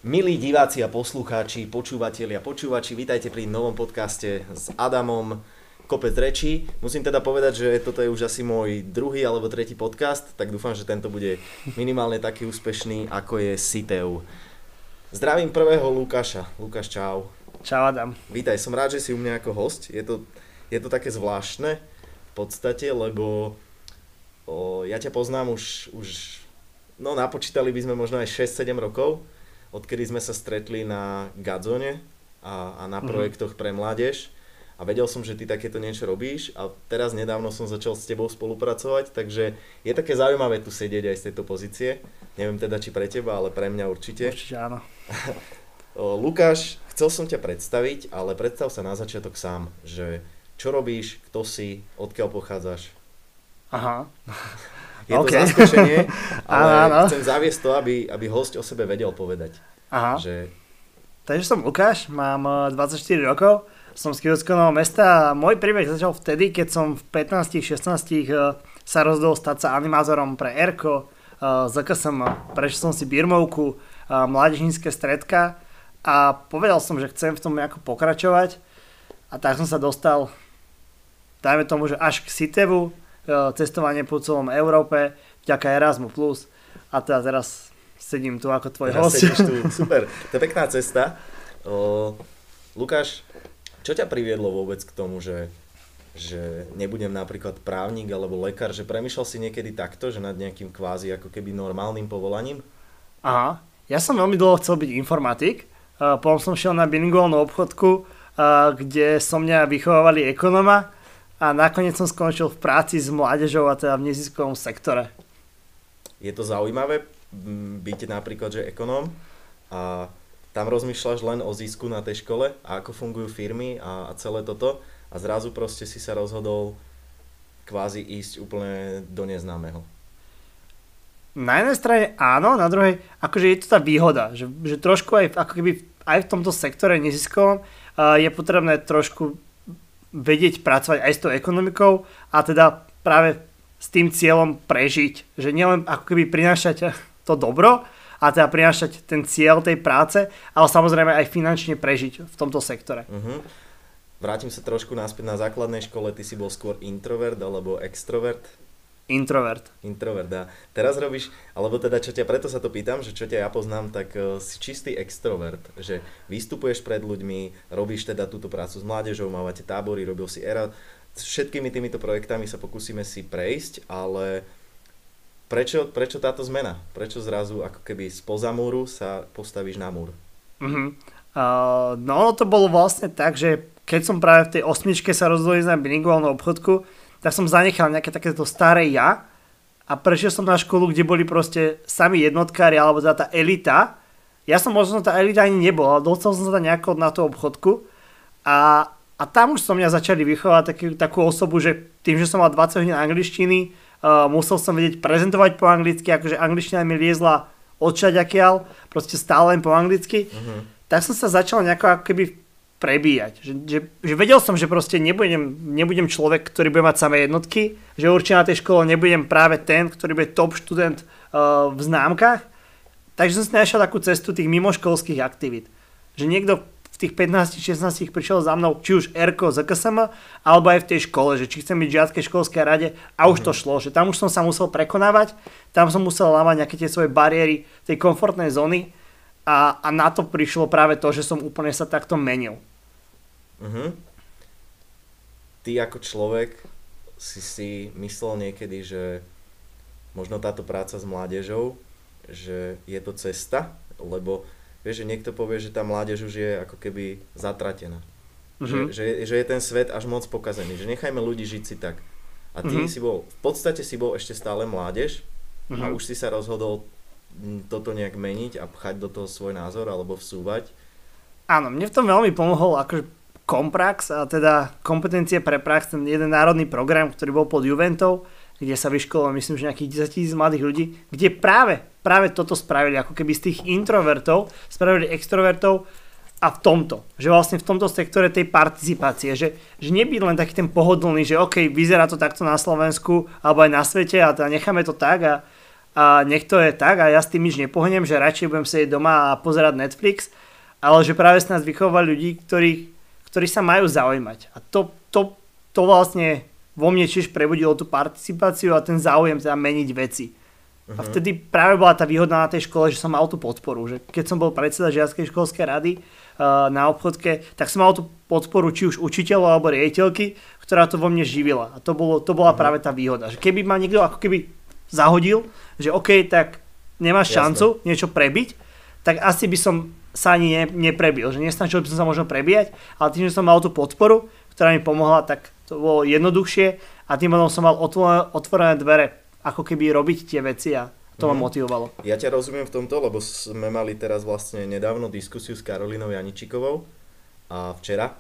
Milí diváci a poslucháči, počúvači, vítajte pri novom podcaste s Adamom Kopec rečí. Musím teda povedať, že toto je už asi môj druhý alebo tretí podcast, tak dúfam, že tento bude minimálne taký úspešný, ako je Sitev. Zdravím prvého Lukáša. Lukáš, čau. Čau, Adam. Vítaj, som rád, že si u mňa ako host. Je to také zvláštne v podstate, lebo ja ťa poznám už napočítali by sme možno aj 6-7 rokov, odkedy sme sa stretli na Gadzone a na projektoch pre mládež a vedel som, že ty takéto niečo robíš a teraz nedávno som začal s tebou spolupracovať, takže je také zaujímavé tu sedieť aj z tejto pozície. Neviem teda, či pre teba, ale pre mňa určite. Určite áno. Lukáš, chcel som ťa predstaviť, ale predstav sa na začiatok sám, že čo robíš, kto si, odkiaľ pochádzaš. Aha. Je to zaskočenie, ale chcem zaviesť to, aby hosť o sebe vedel povedať. Aha. Že... Takže som Lukáš, mám 24 rokov, som z Kývovského Nového Mesta a môj príbeh začal vtedy, keď som v 15-16 sa rozhodol stať sa animátorom pre Erko, ZKSM, prešiel som si birmovku, mládežnícke stredka a povedal som, že chcem v tom nejako pokračovať a tak som sa dostal, dajme tomu, že až k Sitevu, cestovanie po celom Európe, vďaka Erasmu+. A teda teraz sedím tu ako tvoj host. Sedíš tu, super. To je pekná cesta. Lukáš, čo ťa priviedlo vôbec k tomu, že nebudem napríklad právnik alebo lekár, že premýšľal si niekedy takto, že nad nejakým kvázi ako keby normálnym povolaním? Aha, ja som veľmi dlho chcel byť informatik, potom som šiel na bilingválnu obchodku, kde so mňa vychovávali ekonóma, a nakoniec som skončil v práci s mládežou a teda v neziskovom sektore. Je to zaujímavé byť napríklad, že ekonóm a tam rozmýšľaš len o zisku na tej škole a ako fungujú firmy a celé toto a zrazu proste si sa rozhodol kvázi ísť úplne do neznámeho. Na jednej strane áno, na druhej akože je to tá výhoda, že trošku aj, ako keby aj v tomto sektore neziskovom je potrebné trošku vedieť pracovať aj s tou ekonomikou a teda práve s tým cieľom prežiť. Že nielen ako keby prinášať to dobro a teda prinášať ten cieľ tej práce, ale samozrejme aj finančne prežiť v tomto sektore. Vrátim sa trošku naspäť na základnej škole. Ty si bol skôr introvert alebo extrovert? Introvert. A teraz robíš, alebo teda preto sa to pýtam, že čo ťa ja poznám, tak si čistý extrovert, že vystupuješ pred ľuďmi, robíš teda túto prácu s mládežou, mávate tábory, robil si ERA, všetkými týmito projektami sa pokúsime si prejsť, ale prečo táto zmena? Prečo zrazu ako keby spoza múru sa postavíš na múr? No to bolo vlastne tak, že keď som práve v tej 8 sa rozhodol ísť na bilingválnu obchodku, tak som zanechal nejaké takéto staré ja a prešiel som na školu, kde boli proste sami jednotkári alebo teda tá elita. Ja som možno tá elita ani nebol, ale dostal som sa nejako na tú obchodku a tam už som mňa začali vychovať takú osobu, že tým, že som mal 20 hodín angličtiny, musel som vedieť prezentovať po anglicky, akože angličtina mi liezla odšaďakiaľ, proste stále len po anglicky. Tak som sa začal nejako ako keby prebíjať. Že vedel som, že proste nebudem človek, ktorý bude mať samé jednotky, že určite na tej škole nebudem práve ten, ktorý bude top študent v známkach. Takže som si našiel takú cestu tých mimoškolských aktivít. Že niekto v tých 15-16 prišiel za mnou, či už Erko, ZKSM, alebo aj v tej škole, že či chcem byť v žiackej školskej rade a už to šlo. Že tam už som sa musel prekonávať, tam som musel lámať nejaké tie svoje bariéry tej komfortnej zóny. A na to prišlo práve to, že som úplne sa takto menil. Ty ako človek si myslel niekedy, že možno táto práca s mládežou, že je to cesta? Lebo vieš, že niekto povie, že tá mládež už je ako keby zatratená. Že je ten svet až moc pokazený. Že nechajme ľudí žiť si tak. A ty v podstate si bol ešte stále mládež a už si sa rozhodol toto nejak meniť a pchať do toho svoj názor alebo vsúvať? Áno, mne v tom veľmi pomohol akože Komprax, a teda kompetencie pre prax, ten jeden národný program, ktorý bol pod Juventou, kde sa vyškolilo myslím, že nejakých 10 000 mladých ľudí, kde práve toto spravili, ako keby z tých introvertov spravili extrovertov a v tomto, že vlastne v tomto sektore tej participácie, že nebyť len taký ten pohodlný, že OK, vyzerá to takto na Slovensku alebo aj na svete a teda necháme to tak a a nech to je tak a ja s tým nič nepohnem, že radšej budem sedieť doma a pozerať Netflix, ale že práve sa nás vychovali ľudí, ktorí sa majú zaujímať. A to vlastne vo mne tiež prebudilo tú participáciu a ten záujem teda meniť veci. A vtedy práve bola tá výhoda na tej škole, že som mal tú podporu. Že keď som bol predseda žiackej školskej rady na obchodke, tak som mal tú podporu či už učiteľov alebo riaditeľky, ktorá to vo mne živila. A to bola práve tá výhoda. Že keby ma niekto ako keby zahodil, že OK, tak nemáš šancu niečo prebiť, tak asi by som sa ani neprebil. Že nesnažil by som sa možno prebíjať, ale tým, že som mal tú podporu, ktorá mi pomohla, tak to bolo jednoduchšie a tým potom som mal otvorené dvere ako keby robiť tie veci a to ma motivovalo. Ja ťa rozumiem v tomto, lebo sme mali teraz vlastne nedávno diskusiu s Karolínou Janičikovou a včera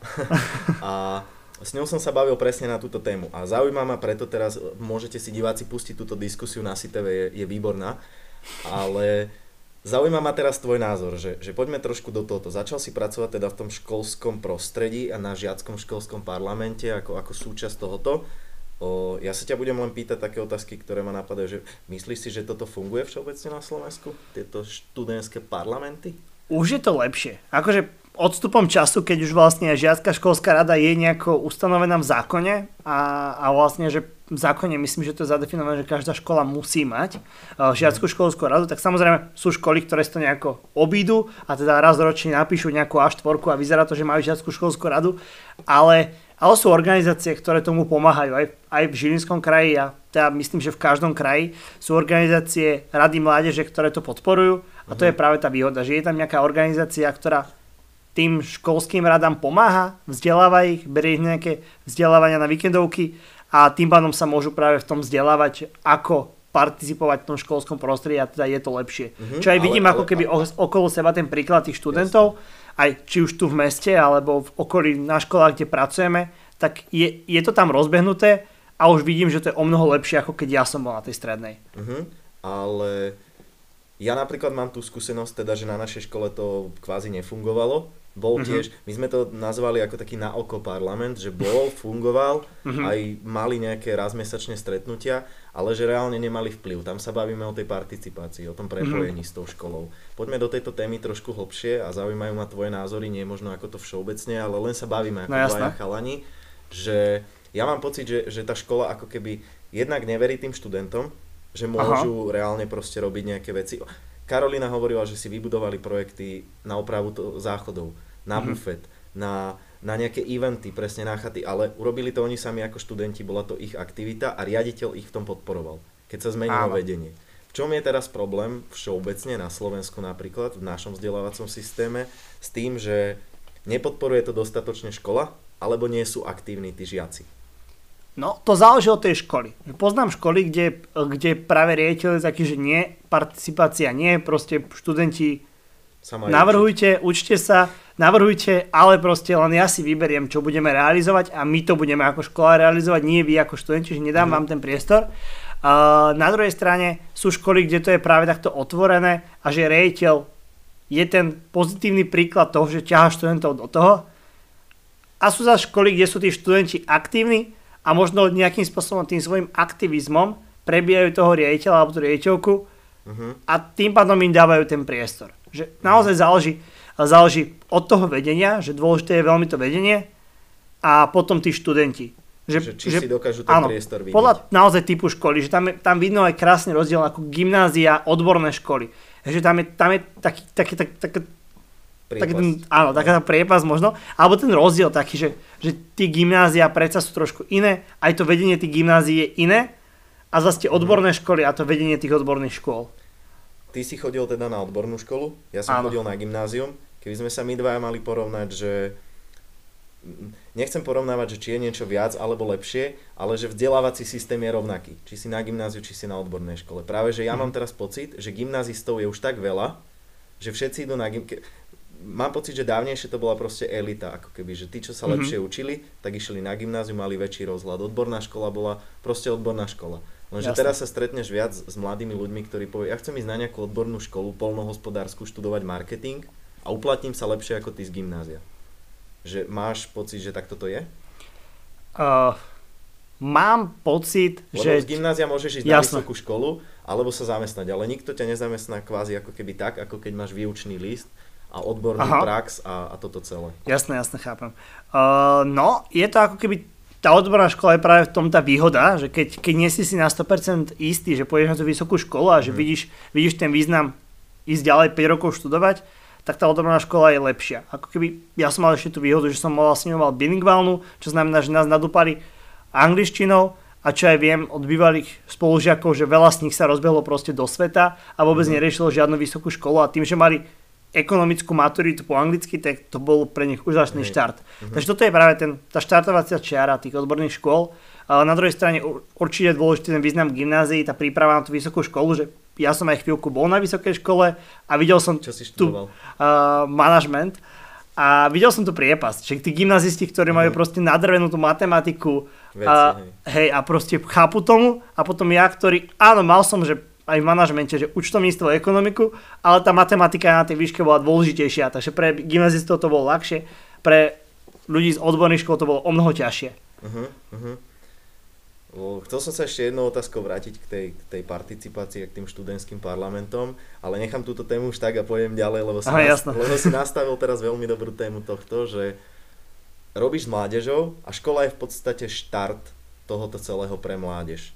a s ňou som sa bavil presne na túto tému a zaujíma ma preto teraz, môžete si diváci pustiť túto diskusiu na SITV, je výborná, ale zaujíma ma teraz tvoj názor, že poďme trošku do tohoto. Začal si pracovať teda v tom školskom prostredí a na žiackom školskom parlamente ako súčasť tohoto. Ja sa ťa budem len pýtať také otázky, ktoré ma napadajú, že myslíš si, že toto funguje všeobecne na Slovensku? Tieto študentské parlamenty? Už je to lepšie. Akože odstupom času, keď už vlastne žiacka školská rada je nejako ustanovená v zákone a vlastne, že v zákone myslím, že to je zadefinované, že každá škola musí mať žiackú školskú radu, tak samozrejme sú školy, ktoré si to nejako obídu a teda raz ročne napíšu nejakú A4 a vyzerá to, že majú žiackú školskú radu, ale sú organizácie, ktoré tomu pomáhajú aj v Žilinskom kraji a teda myslím, že v každom kraji sú organizácie Rady mládeže, ktoré to podporujú a to je práve tá výhoda, že je tam nejaká organizácia, ktorá tým školským radám pomáha, vzdeláva ich, berie ich nejaké vzdelávania na víkendovky a tým pádom sa môžu práve v tom vzdelávať, ako participovať v tom školskom prostredí a teda je to lepšie. Čo aj vidím ako keby okolo seba ten príklad tých študentov, aj či už tu v meste, alebo v okolí na školách, kde pracujeme, tak je to tam rozbehnuté a už vidím, že to je o mnoho lepšie, ako keď ja som bol na tej strednej. Ale ja napríklad mám tú skúsenosť, teda, že na našej škole to kvázi nefungovalo. Bol tiež, my sme to nazvali ako taký na oko parlament, že fungoval, aj mali nejaké raz mesačne stretnutia, ale že reálne nemali vplyv. Tam sa bavíme o tej participácii, o tom prepojení s tou školou. Poďme do tejto témy trošku hlbšie a zaujímajú ma tvoje názory, nie možno ako to všeobecne, ale len sa bavíme ako dvaja chalani, že ja mám pocit, že tá škola ako keby jednak neverí tým študentom, že môžu reálne proste robiť nejaké veci. Karolína hovorila, že si vybudovali projekty na opravu záchodov, na bufet, na nejaké eventy, presne na chaty, ale urobili to oni sami ako študenti, bola to ich aktivita a riaditeľ ich v tom podporoval, keď sa zmenilo vedenie. V čom je teraz problém všeobecne na Slovensku napríklad, v našom vzdelávacom systéme, s tým, že nepodporuje to dostatočne škola, alebo nie sú aktívni tí žiaci? No, to záleží od tej školy. Poznám školy, kde práve riaditeľ je taký, že nie, participácia nie, proste študenti navrhujte, učte sa, navrhujte, ale proste len ja si vyberiem, čo budeme realizovať a my to budeme ako škola realizovať, nie vy ako študenti, že nedám vám ten priestor. Na druhej strane sú školy, kde to je práve takto otvorené a že riaditeľ je ten pozitívny príklad toho, že ťahá študentov do toho. A sú zase školy, kde sú tí študenti aktívni a možno nejakým spôsobom tým svojim aktivizmom prebijajú toho riaditeľa alebo tú riaditeľku a tým pádom im dávajú ten priestor. Že naozaj záleží od toho vedenia, že dôležité je veľmi to vedenie a potom tí študenti. Že si dokážu ten priestor vidieť. Podľa naozaj typu školy, že tam vidno aj krásny rozdiel ako gymnázia, odborné školy. Že tam je taký taká priepas možno, alebo ten rozdiel taký, že tí gymnázia predsa sú trošku iné, aj to vedenie tých gymnázií je iné a zase tie odborné školy a to vedenie tých odborných škôl. Ty si chodil teda na odbornú školu, ja som chodil na gymnázium. Keby sme sa my dvaja mali porovnať, že nechcem porovnávať, že či je niečo viac alebo lepšie, ale že vzdelávací systém je rovnaký. Či si na gymnáziu, či si na odbornej škole. Práve, že ja mám teraz pocit, že gymnázistov je už tak veľa, že všetci idú na mám pocit, že dávnejšie to bola proste elita, ako keby, že tí, čo sa lepšie učili, tak išli na gymnáziu, mali väčší rozhľad. Odborná škola bola proste odborná škola. Lenže teraz sa stretneš viac s mladými ľuďmi, ktorí povie, ja chcem ísť na nejakú odbornú školu, poľnohospodársku, študovať marketing a uplatním sa lepšie ako ty z gymnázia. Že máš pocit, že takto to je? Mám pocit, lebo z gymnázia môžeš ísť na vysokú školu alebo sa zamestnať, ale nikto ťa nezamestná kvázi ako keby tak, ako keď máš výučný list a odbornú prax a toto celé. Jasné, chápem. No, je to ako keby tá odborná škola je práve v tom tá výhoda, že keď nie si na 100% istý, že pôjdeš na tú vysokú školu a že vidíš ten význam ísť ďalej 5 rokov študovať, tak tá odborná škola je lepšia. Ako keby ja som mal ešte tú výhodu, že som vlastne mal bilingválnu, čo znamená, že nás nadúpali angličtinou a čo aj viem od bývalých spolužiakov, že veľa z nich sa rozbehlo proste do sveta a vôbec neriešilo žiadnu vysokú školu a tým, že mali ekonomickú maturitu po anglicky, tak to bol pre nich úžasný štart. Takže toto je práve tá štartovacia čiara tých odborných škôl. Ale na druhej strane určite je dôležitý ten význam gymnázií, tá príprava na tú vysokú školu, že ja som aj chvíľku bol na vysokej škole a videl som tu manažment a videl som tu priepasť, že tí gymnazisti, ktorí majú proste nadrvenú tú matematiku a proste chápu tomu a potom ja, ktorý, áno, mal som, že aj v manažmente, že účtovníctvo a ekonomiku, ale tá matematika na tej výške bola dôležitejšia, takže pre gymnazistov to bolo ľahšie, pre ľudí z odborných škôl to bolo omnoho ťažšie. Chcel som sa ešte jednou otázkou vrátiť k tej participácii, k tým študentským parlamentom, ale nechám túto tému už tak a pôjdem ďalej, lebo si nastavil teraz veľmi dobrú tému tohto, že robíš s mládežou a škola je v podstate štart tohoto celého pre mládež.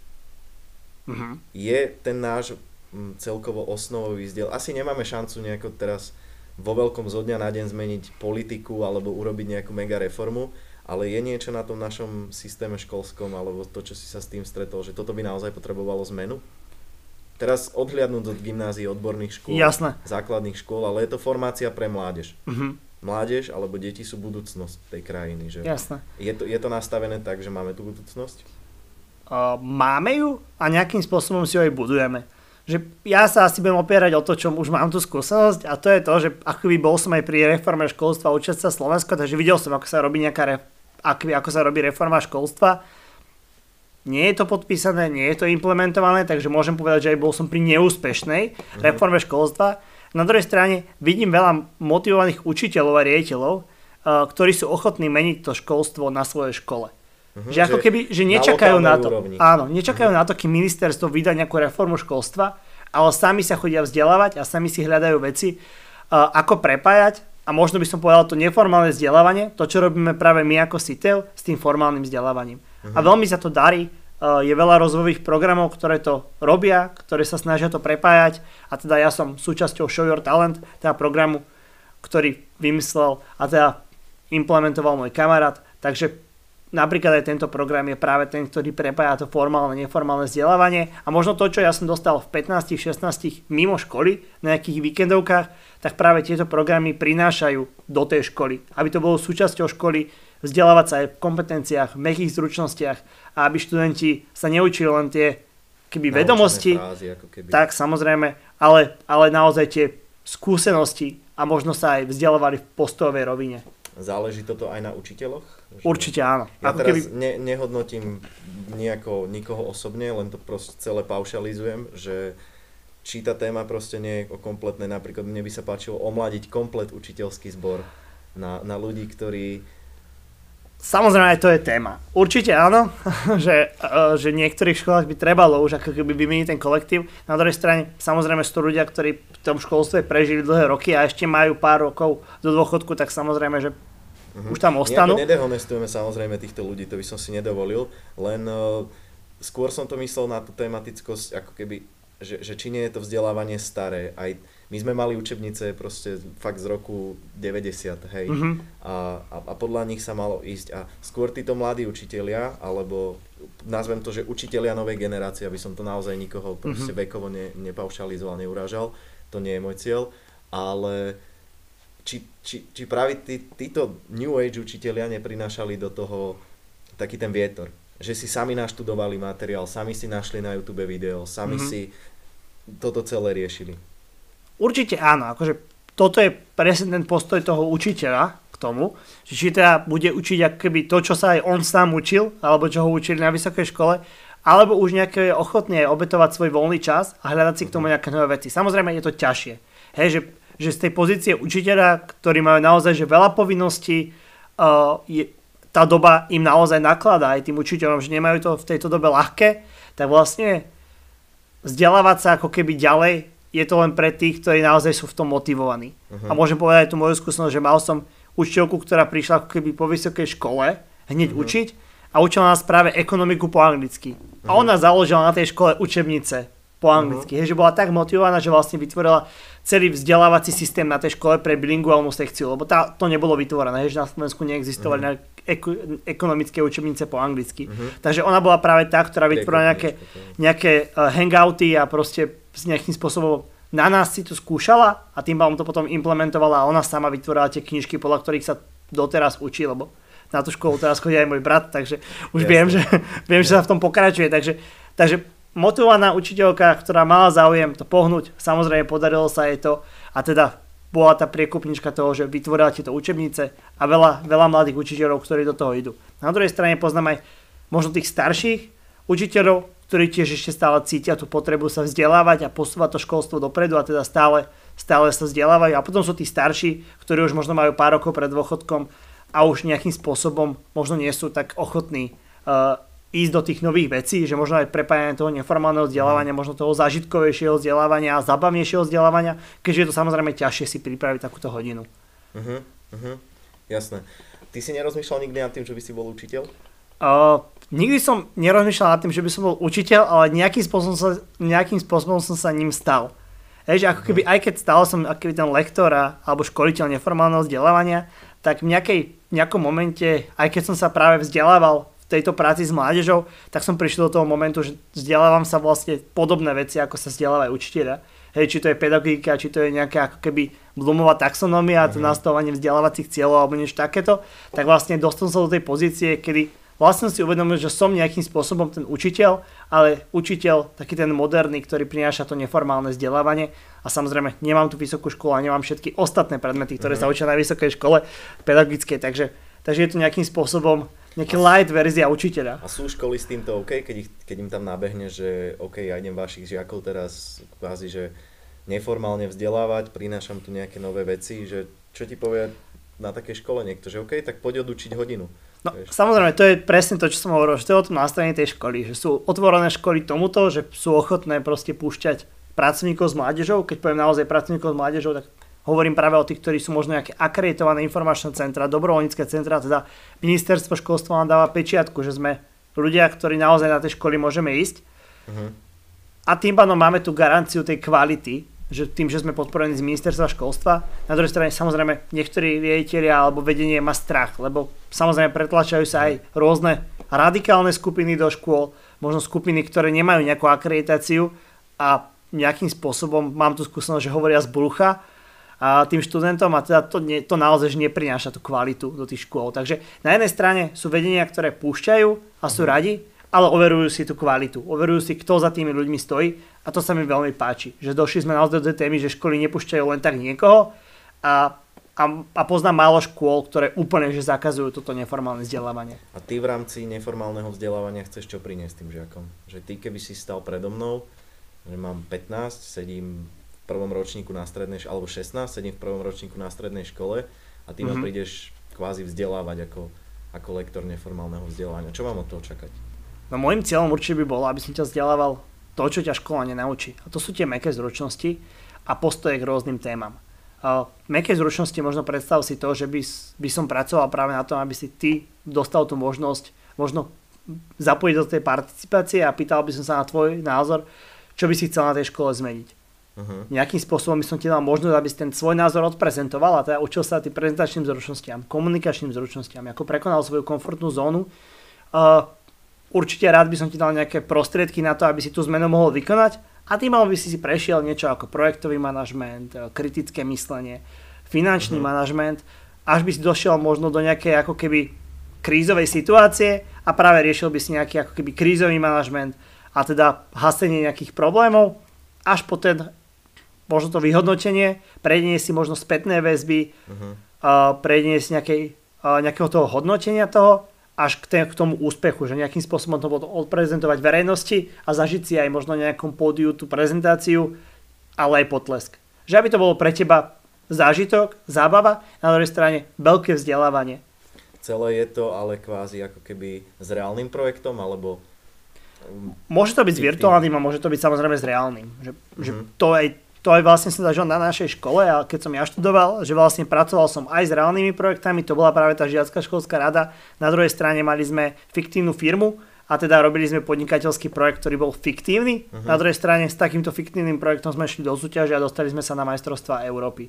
Je ten náš celkovo osnovový vzdiel. Asi nemáme šancu nejako teraz vo veľkom zo dňa na deň zmeniť politiku alebo urobiť nejakú mega reformu, ale je niečo na tom našom systéme školskom alebo to, čo si sa s tým stretol, že toto by naozaj potrebovalo zmenu? Teraz odhliadnúť od gymnázií, odborných škôl, základných škôl, ale je to formácia pre mládež. Mládež alebo deti sú budúcnosť tej krajiny. Že je to nastavené tak, že máme tú budúcnosť? Máme ju a nejakým spôsobom si ho aj budujeme. Že ja sa asi budem opierať o to, čo už mám tú skúsenosť a to je to, že akoby bol som aj pri reforme školstva učiť sa Slovensko, takže videl som, ako sa robí ako sa robí reforma školstva. Nie je to podpísané, nie je to implementované, takže môžem povedať, že aj bol som pri neúspešnej reforme školstva. Na druhej strane vidím veľa motivovaných učiteľov a riaditeľov, ktorí sú ochotní meniť to školstvo na svojej škole. Že ako keby, že nečakajú na to. Áno, nečakajú na to, kým ministerstvo vydá nejakú reformu školstva, ale sami sa chodia vzdelávať a sami si hľadajú veci, ako prepájať a možno by som povedal to neformálne vzdelávanie, to čo robíme práve my ako SITEL s tým formálnym vzdelávaním. A veľmi sa to darí, je veľa rozvojových programov, ktoré to robia, ktoré sa snažia to prepájať a teda ja som súčasťou Show Your Talent, teda programu, ktorý vymyslel a teda implementoval môj kamarát, takže napríklad aj tento program je práve ten, ktorý prepája to formálne, neformálne vzdelávanie a možno to, čo ja som dostal v 15-16 mimo školy, na nejakých víkendovkách, tak práve tieto programy prinášajú do tej školy. Aby to bolo súčasťou školy, vzdelávať sa aj v kompetenciách, v mäkkých zručnostiach a aby študenti sa neučili len tie vedomosti, frázy, tak samozrejme, ale naozaj tie skúsenosti a možno sa aj vzdelávali v postojovej rovine. Záleží toto aj na učiteľoch? Určite áno. Ja teraz nehodnotím nikoho osobne, len to proste celé paušalizujem, že či tá téma proste nie je kompletné, napríklad mne by sa páčilo omladiť komplet učiteľský zbor na ľudí, ktorí... Samozrejme aj to je téma. Určite áno, že v niektorých školách by trebalo už ako keby vymeniť ten kolektív. Na druhej strane samozrejme sú to ľudia, ktorí v tom školstve prežili dlhé roky a ešte majú pár rokov do dôchodku, tak samozrejme, že už tam ostanú. Nejako nedehonestujeme samozrejme týchto ľudí, to by som si nedovolil, len skôr som to myslel na tú tematickosť, ako keby, že či nie je to vzdelávanie staré. Aj my sme mali učebnice proste fakt z roku 90, hej. A podľa nich sa malo ísť. A skôr títo mladí učitelia, alebo nazvem to, že učitelia novej generácie, aby som to naozaj nikoho proste vekovo nepaušalizoval, neurážal, to nie je môj cieľ, ale či práve títo New Age učitelia neprinášali do toho taký ten vietor, že si sami naštudovali materiál, sami si našli na YouTube video, sami si toto celé riešili. Určite áno, akože toto je presne ten postoj toho učiteľa k tomu, že či teda bude učiť ako keby to, čo sa aj on sám učil, alebo čo ho učili na vysokej škole, alebo už nejaké je ochotný aj obetovať svoj voľný čas a hľadať si k tomu nejaké nové veci. Samozrejme je to ťažšie, hej, že z tej pozície učiteľa, ktorí majú naozaj že veľa povinností, tá doba im naozaj nakladá aj tým učiteľom, že nemajú to v tejto dobe ľahké, tak vlastne vzdelávať sa ako keby ďalej, je to len pre tých, ktorí naozaj sú v tom motivovaní. A môžem povedať aj tú moju skúsenosť, že mal som učiteľku, ktorá prišla ako keby po vysokej škole hneď učiť a učila nás práve ekonomiku po anglicky. A ona založila na tej škole učebnice po anglicky. Že bola tak motivovaná, že vlastne vytvorila celý vzdelávací systém na tej škole pre bilinguálnu sekciu, lebo to nebolo vytvorené, že na Slovensku neexistovali ekonomické učebnice po anglicky. Takže ona bola práve tá, ktorá vytvorila nejaké hangouty a proste s nejakým spôsobom na nás si to skúšala a tým pádom to potom implementovala a ona sama vytvorila tie knižky, podľa ktorých sa doteraz učí, lebo na tú školu teraz chodí aj môj brat, takže už viem, že sa v tom pokračuje. Takže motivovaná učiteľka, ktorá mala záujem to pohnúť, samozrejme podarilo sa jej to a teda bola tá priekupnička toho, že vytvorila tieto učebnice a veľa mladých učiteľov, ktorí do toho idú. Na druhej strane poznám aj možno tých starších učiteľov, ktorí tiež ešte stále cítia tú potrebu sa vzdelávať a posúvať to školstvo dopredu a teda stále sa vzdelávajú. A potom sú tí starší, ktorí už možno majú pár rokov pred dôchodkom a už nejakým spôsobom možno nie sú tak ochotní ísť do tých nových vecí, že možno aj prepájanie toho neformálneho vzdelávania, možno toho zážitkovejšieho vzdelávania a zábavnejšieho vzdelávania, keďže je to samozrejme ťažšie si pripraviť takúto hodinu. Jasné. Ty si nerozmýšľal nikdy nad tým, že by si bol učiteľ? Nikdy som nerozmýšľal nad tým, že by som bol učiteľ, ale nejakým spôsobom som sa ním stal. Že ako keby, aj keď stal som aký ten lektor alebo školiteľ neformálneho vzdelávania, tak v nejakom momente, aj keď som sa práve vzdelával v tejto práci s mládežou, tak som prišiel do toho momentu, že vzdelávam sa vlastne podobné veci, ako sa vzdelávajú učiteľia. Či to je pedagogika, či to je nejaká ako keby Bloomová taxonomia, to nastavovanie vzdelávacích cieľov alebo niečo takéto, tak vlastne dostal sa do tej pozície, kedy vlastne si uvedomil, že som nejakým spôsobom ten učiteľ, ale učiteľ taký ten moderný, ktorý prináša to neformálne vzdelávanie a samozrejme nemám tú vysokú školu a nemám všetky ostatné predmety, ktoré sa učia na vysokej škole pedagogické, takže je to nejakým spôsobom nejaký light verzia učiteľa. A sú školy s týmto OK, keď im tam nabehne, že OK, ja idem vašich žiakov teraz kvázi, že neformálne vzdelávať, prinášam tu nejaké nové veci, že čo ti povie na takej škole niekto, že OK, tak poď odučiť hodinu. No, samozrejme, to je presne to, čo som hovoril, že to je o tom nastavení tej školy, že sú otvorené školy tomuto, že sú ochotné proste púšťať pracovníkov s mládežou, keď poviem naozaj pracovníkov s mládežou, tak hovorím práve o tých, ktorí sú možno nejaké akreditované informačné centra, dobrovoľnícke centra, teda ministerstvo školstva nám dáva pečiatku, že sme ľudia, ktorí naozaj na tej školy môžeme ísť. A tým pádom máme tú garanciu tej kvality, že tým, že sme podporení z ministerstva školstva. Na druhej strane samozrejme niektorí riaditelia alebo vedenie má strach, lebo samozrejme pretlačajú sa aj rôzne radikálne skupiny do škôl, možno skupiny, ktoré nemajú nejakú akreditáciu a nejakým spôsobom mám tu skúsenosť, že hovoria z brucha a tým študentom a teda to naozaj neprináša tú kvalitu do tých škôl. Takže na jednej strane sú vedenia, ktoré púšťajú a sú radi, ale overujú si tú kvalitu, overujú si, kto za tými ľuďmi stojí a to sa mi veľmi páči, že došli sme naozaj do tej témy, že školy nepúšťajú len tak niekoho a poznám málo škôl, ktoré úplne že zakazujú toto neformálne vzdelávanie. A ty v rámci neformálneho vzdelávania chceš čo priniesť tým žiakom? Že ty keby si stal predo mnou, že mám 15, sedím v prvom ročníku na strednej alebo 16, sedím v prvom ročníku na strednej škole a ty ma prídeš kvázi vzdelávať ako lektor neformálneho vzdelávania. Čo mám od toho čakať? No môjim cieľom určite by bolo, aby som ťa vzdelával to, čo ťa škola nenaučí. A to sú tie mäkké zručnosti a postoje k rôznym témam. Mäkké zručnosti možno predstav si to, že by som pracoval práve na tom, aby si ty dostal tú možnosť možno zapojiť do tej participácie a pýtal by som sa na tvoj názor, čo by si chcel na tej škole zmeniť. Nejakým spôsobom by som ti dal možnosť, aby si ten svoj názor odprezentoval a teda učil sa tým prezentačným zručnostiam, komunikačným zručnostiam, ako prekonal svoju komfortnú zónu. Určite rád by som ti dal nejaké prostriedky na to, aby si tú zmenu mohol vykonať a tým by si prešiel niečo ako projektový manažment, kritické myslenie, finančný manažment, až by si došiel možno do nejakej ako keby krízovej situácie a práve riešil by si nejaký ako keby krízový manažment a teda hasenie nejakých problémov, až po ten možno to vyhodnotenie, preniesť si možno spätné väzby, preniesť nejakého toho hodnotenia toho, až k tomu úspechu, že nejakým spôsobom to bolo odprezentovať verejnosti a zažiť si aj možno nejakom pódiu tú prezentáciu, ale aj potlesk. Že aby to bolo pre teba zážitok, zábava, na druhej strane veľké vzdelávanie. Celé je to ale kvázi ako keby s reálnym projektom, alebo Môže to byť s virtuálnym a môže to byť samozrejme s reálnym. Že to aj vlastne som zažil na našej škole, a keď som ja študoval, že vlastne pracoval som aj s reálnymi projektami, to bola práve tá žiacka školská rada. Na druhej strane mali sme fiktívnu firmu, a teda robili sme podnikateľský projekt, ktorý bol fiktívny. Na druhej strane s takýmto fiktívnym projektom sme šli do súťaže a dostali sme sa na majstrovstvá Európy.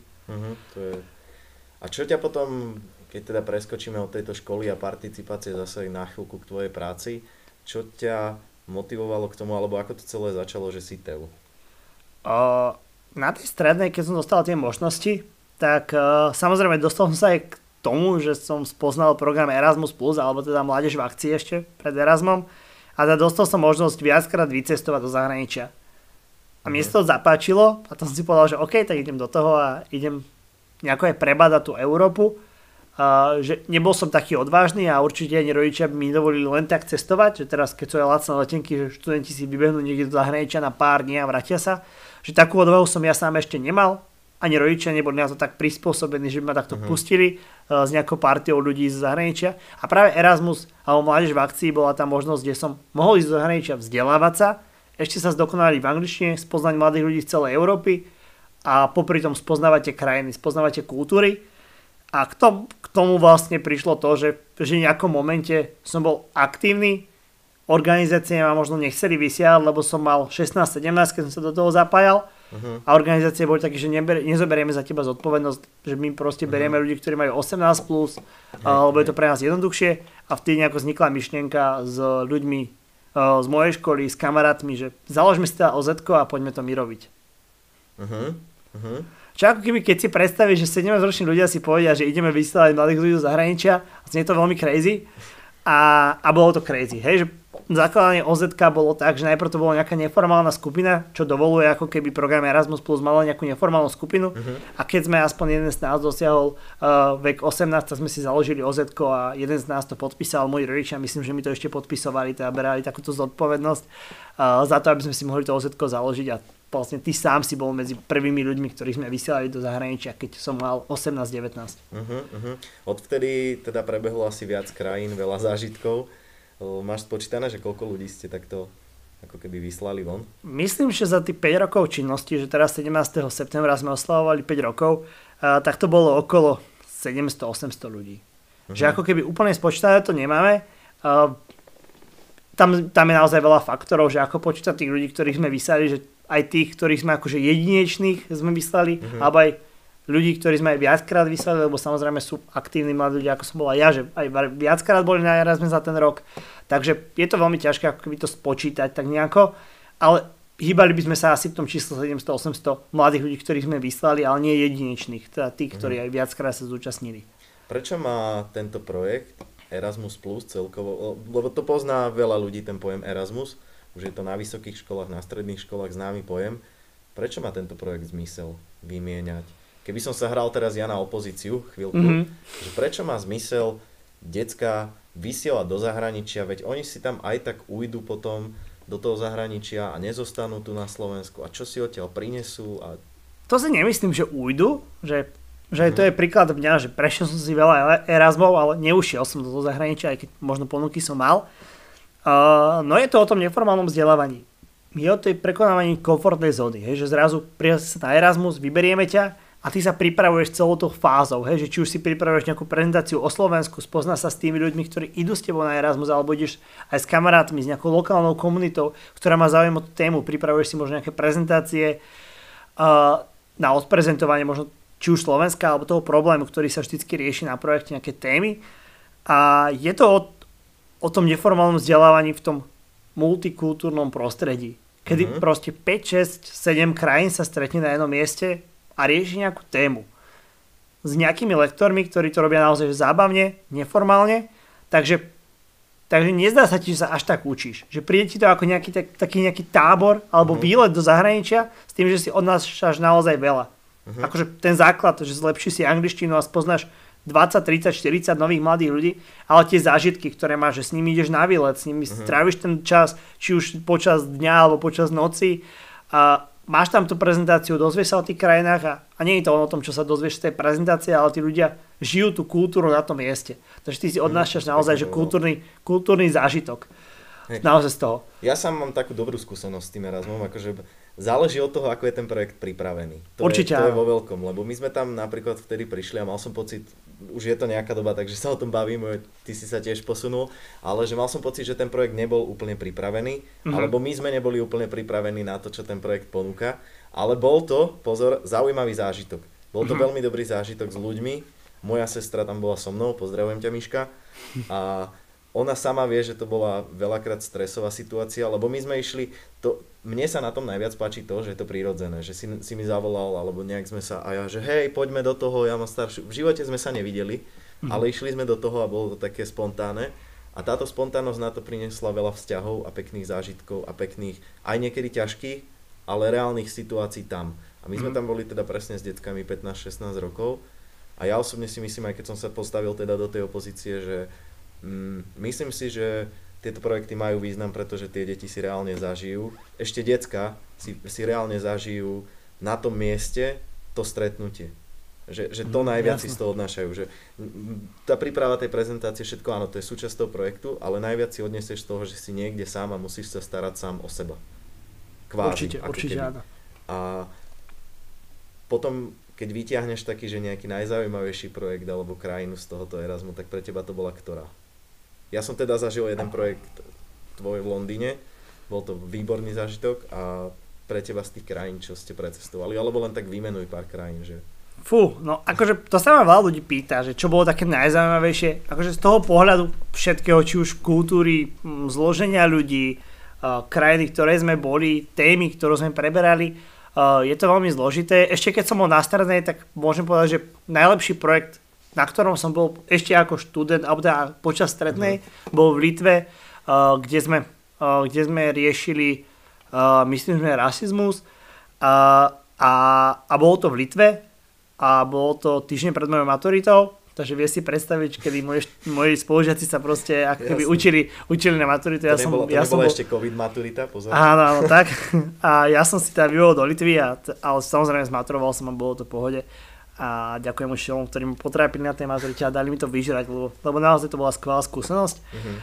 A čo ťa potom, keď teda preskočíme od tejto školy a participácie zase na chvíľku k tvojej práci, čo ťa motivovalo k tomu, alebo ako to celé začalo, že si TEU? Na tej strednej, keď som dostal tie možnosti, tak samozrejme dostal som sa aj k tomu, že som spoznal program Erasmus+, alebo teda Mládež v akcii ešte pred Erasmom, a teda dostal som možnosť viackrát vycestovať do zahraničia. A mne sa to zapáčilo a to som si povedal, že OK, tak idem do toho a idem nejako aj prebádať tú Európu. Že nebol som taký odvážny a určite ani rodičia by mi dovolili len tak cestovať, že teraz keď sú aj lacné letenky, že študenti si vybehnú niekde do zahraničia na pár dní a vrátia sa, že takú odvahu som ja sám ešte nemal, ani rodičia neboli na to tak prispôsobení, že by ma takto pustili s nejakou partiou ľudí z zahraničia. A práve Erasmus alebo Mládež v akcii bola tá možnosť, kde som mohol ísť do zahraničia vzdelávať sa, ešte sa zdokonaliť v angličtine, spoznať mladých ľudí z celej Európy a popri tom spoznávate krajiny, spoznávate kultúry. A k tomu vlastne prišlo to, že v nejakom momente som bol aktívny, organizácie ma možno nechceli vysiať, lebo som mal 16-17, keď som sa do toho zapájal. A organizácie boli také, že nezoberieme za teba zodpovednosť, že my proste berieme ľudí, ktorí majú 18+, lebo je to pre nás jednoduchšie. A vtedy nejako vznikla myšlienka s ľuďmi z mojej školy, s kamarátmi, že založme si teda OZ-ko a poďme to my robiť. Čo ako keby, keď si predstavíš, že 17-roční ľudia si povedia, že ideme vysielať mladých ľudí do zahraničia, a znie to veľmi crazy. A bolo to crazy, hej, že zakladanie OZ-ka bolo tak, že najprv to bola nejaká neformálna skupina, čo dovoluje ako keby program Erasmus Plus malo nejakú neformálnu skupinu. A keď sme aspoň jeden z nás dosiahol vek 18, tak sme si založili OZ-ko a jeden z nás to podpísal, moji rodičia, myslím, že mi to ešte podpisovali, teda berali takúto zodpovednosť za to, aby sme si mohli to OZ-ko založiť, a vlastne ty sám si bol medzi prvými ľuďmi, ktorých sme vysielali do zahraničia, keď som mal 18-19. Odvtedy teda prebehlo asi viac krajín, veľa zážitkov. Máš spočítané, že koľko ľudí ste takto ako keby vyslali von? Myslím, že za tých 5 rokov činnosti, že teraz 17. septembra sme oslavovali 5 rokov, tak to bolo okolo 700-800 ľudí. Že ako keby úplne spočítané to nemáme. Tam je naozaj veľa faktorov, že ako počítať tých ľudí, ktorých sme vyslali, že aj tých, ktorých sme akože jedinečných sme vyslali, alebo aj ľudí, ktorí sme aj viackrát vyslali, lebo samozrejme sú aktívni mladí ľudia, ako som bol aj ja, že aj viackrát boli na Erasme za ten rok. Takže je to veľmi ťažké ako keby to spočítať tak nejako, ale hýbali by sme sa asi v tom čísle 700-800 mladých ľudí, ktorých sme vyslali, ale nie jedinečných, teda tých, ktorí aj viackrát sa zúčastnili. Prečo má tento projekt Erasmus Plus celkovo, lebo to pozná veľa ľudí ten pojem Erasmus, už je to na vysokých školách, na stredných školách známy pojem. Prečo má tento projekt zmysel vymieňať? Keby som sa hral teraz ja na opozíciu chvíľku, že prečo má zmysel decka vysielať do zahraničia, veď oni si tam aj tak ujdu potom do toho zahraničia a nezostanú tu na Slovensku. A čo si odtiaľ prinesú? To si nemyslím, že ujdu, že to je príklad mňa, že prešiel som si veľa Erasmov, ale neušiel som do toho zahraničia, aj keď možno ponuky som mal. No je to o tom neformálnom vzdelávaní. Je o tej prekonávaní komfortnej zóny, že zrazu prídeš sa na Erasmus, vyberieme ťa a ty sa pripravuješ celou tou fázou, že či už si pripravuješ nejakú prezentáciu o Slovensku, spoznáš sa s tými ľuďmi, ktorí idú s tebou na Erasmus, alebo ideš aj s kamarátmi, s nejakou lokálnou komunitou, ktorá má záujem o tú tému, pripravuješ si možno nejaké prezentácie na odprezentovanie možno či už Slovenska, alebo toho problému, ktorý sa vždycky rieši na projekte, nejaké témy. A je to o tom neformálnom vzdelávaní v tom multikultúrnom prostredí, kedy proste 5, 6, 7 krajín sa stretne na jednom mieste a rieši nejakú tému. S nejakými lektormi, ktorí to robia naozaj zábavne, neformálne, takže nezdá sa ti, že sa až tak učíš. Že príde ti to ako taký nejaký tábor alebo výlet do zahraničia s tým, že si odnášaš naozaj veľa. Akože ten základ, že zlepší si angličtinu a spoznáš 20, 30, 40 nových mladých ľudí, ale tie zážitky, ktoré máš, že s nimi ideš na výlet, s nimi stráviš ten čas, či už počas dňa alebo počas noci a máš tam tú prezentáciu, dozvieš sa o tých krajinách a nie je to o tom, čo sa dozvieš z tej prezentácie, ale tí ľudia žijú tú kultúru na tom mieste. Takže ty si odnášaš naozaj že kultúrny zážitok. naozaj z toho. Ja sám mám takú dobrú skúsenosť s tým Erasmom, akože záleží od toho, ako je ten projekt pripravený. Určite to je vo veľkom, lebo my sme tam napríklad vtedy prišli a mal som pocit, už je to nejaká doba, takže sa o tom bavíme, ty si sa tiež posunul, ale že mal som pocit, že ten projekt nebol úplne pripravený, alebo my sme neboli úplne pripravení na to, čo ten projekt ponúka, ale bol to, pozor, zaujímavý zážitok. Bol to veľmi dobrý zážitok s ľuďmi, moja sestra tam bola so mnou, pozdravujem ťa Miška, a ona sama vie, že to bola veľakrát stresová situácia, lebo my sme išli, mne sa na tom najviac páči to, že je to prirodzené, že si mi zavolal, alebo nejak sme sa, a ja, že hej, poďme do toho, ja mám staršiu, v živote sme sa nevideli, ale išli sme do toho a bolo to také spontánne. A táto spontánnosť na to priniesla veľa vzťahov a pekných zážitkov a pekných, aj niekedy ťažkých, ale reálnych situácií tam. A my sme tam boli teda presne s deckami 15-16 rokov a ja osobne si myslím, aj keď som sa postavil teda do tej opozície, že myslím si, že tieto projekty majú význam, pretože tie deti si reálne zažijú, ešte decka si reálne zažijú na tom mieste to stretnutie. Že to najviac si z toho odnášajú. Že tá príprava tej prezentácie, všetko áno, to je súčasť toho projektu, ale najviac si odnesieš z toho, že si niekde sám a musíš sa starať sám o seba. Kvázi. Určite áno. A potom, keď vyťahneš taký, že nejaký najzaujímavejší projekt alebo krajinu z tohoto Erasmu, tak pre teba to bola ktorá? Ja som teda zažil jeden projekt tvoj v Londýne, bol to výborný zážitok a pre teba z tých krajín, čo ste precestovali, alebo len tak vymenuj pár krajín, že... Fú, no akože to sa ma veľa ľudí pýta, že čo bolo také najzaujímavejšie, akože z toho pohľadu všetkého, či už kultúry, zloženia ľudí, krajiny, ktoré sme boli, témy, ktorú sme preberali, je to veľmi zložité. Ešte keď som bol na strednej, tak môžem povedať, že najlepší projekt, na ktorom som bol ešte ako študent, alebo teda počas strednej, bol v Litve, kde sme riešili, myslím, že rasizmus a bolo to v Litve a bolo to týždeň pred mojou maturitou, takže vie si predstaviť, kedy moji spolužiaci sa proste ako keby učili na maturitu. To nebola ešte COVID maturita, pozor. Áno, tak. A ja som si teda vyvolil do Litvy, ale samozrejme zmaturoval som a bolo to v pohode. A ďakujem učiteľom, ktorí ma potrápili na tej maturite a dali mi to vyžrať, lebo naozaj to bola skvelá skúsenosť.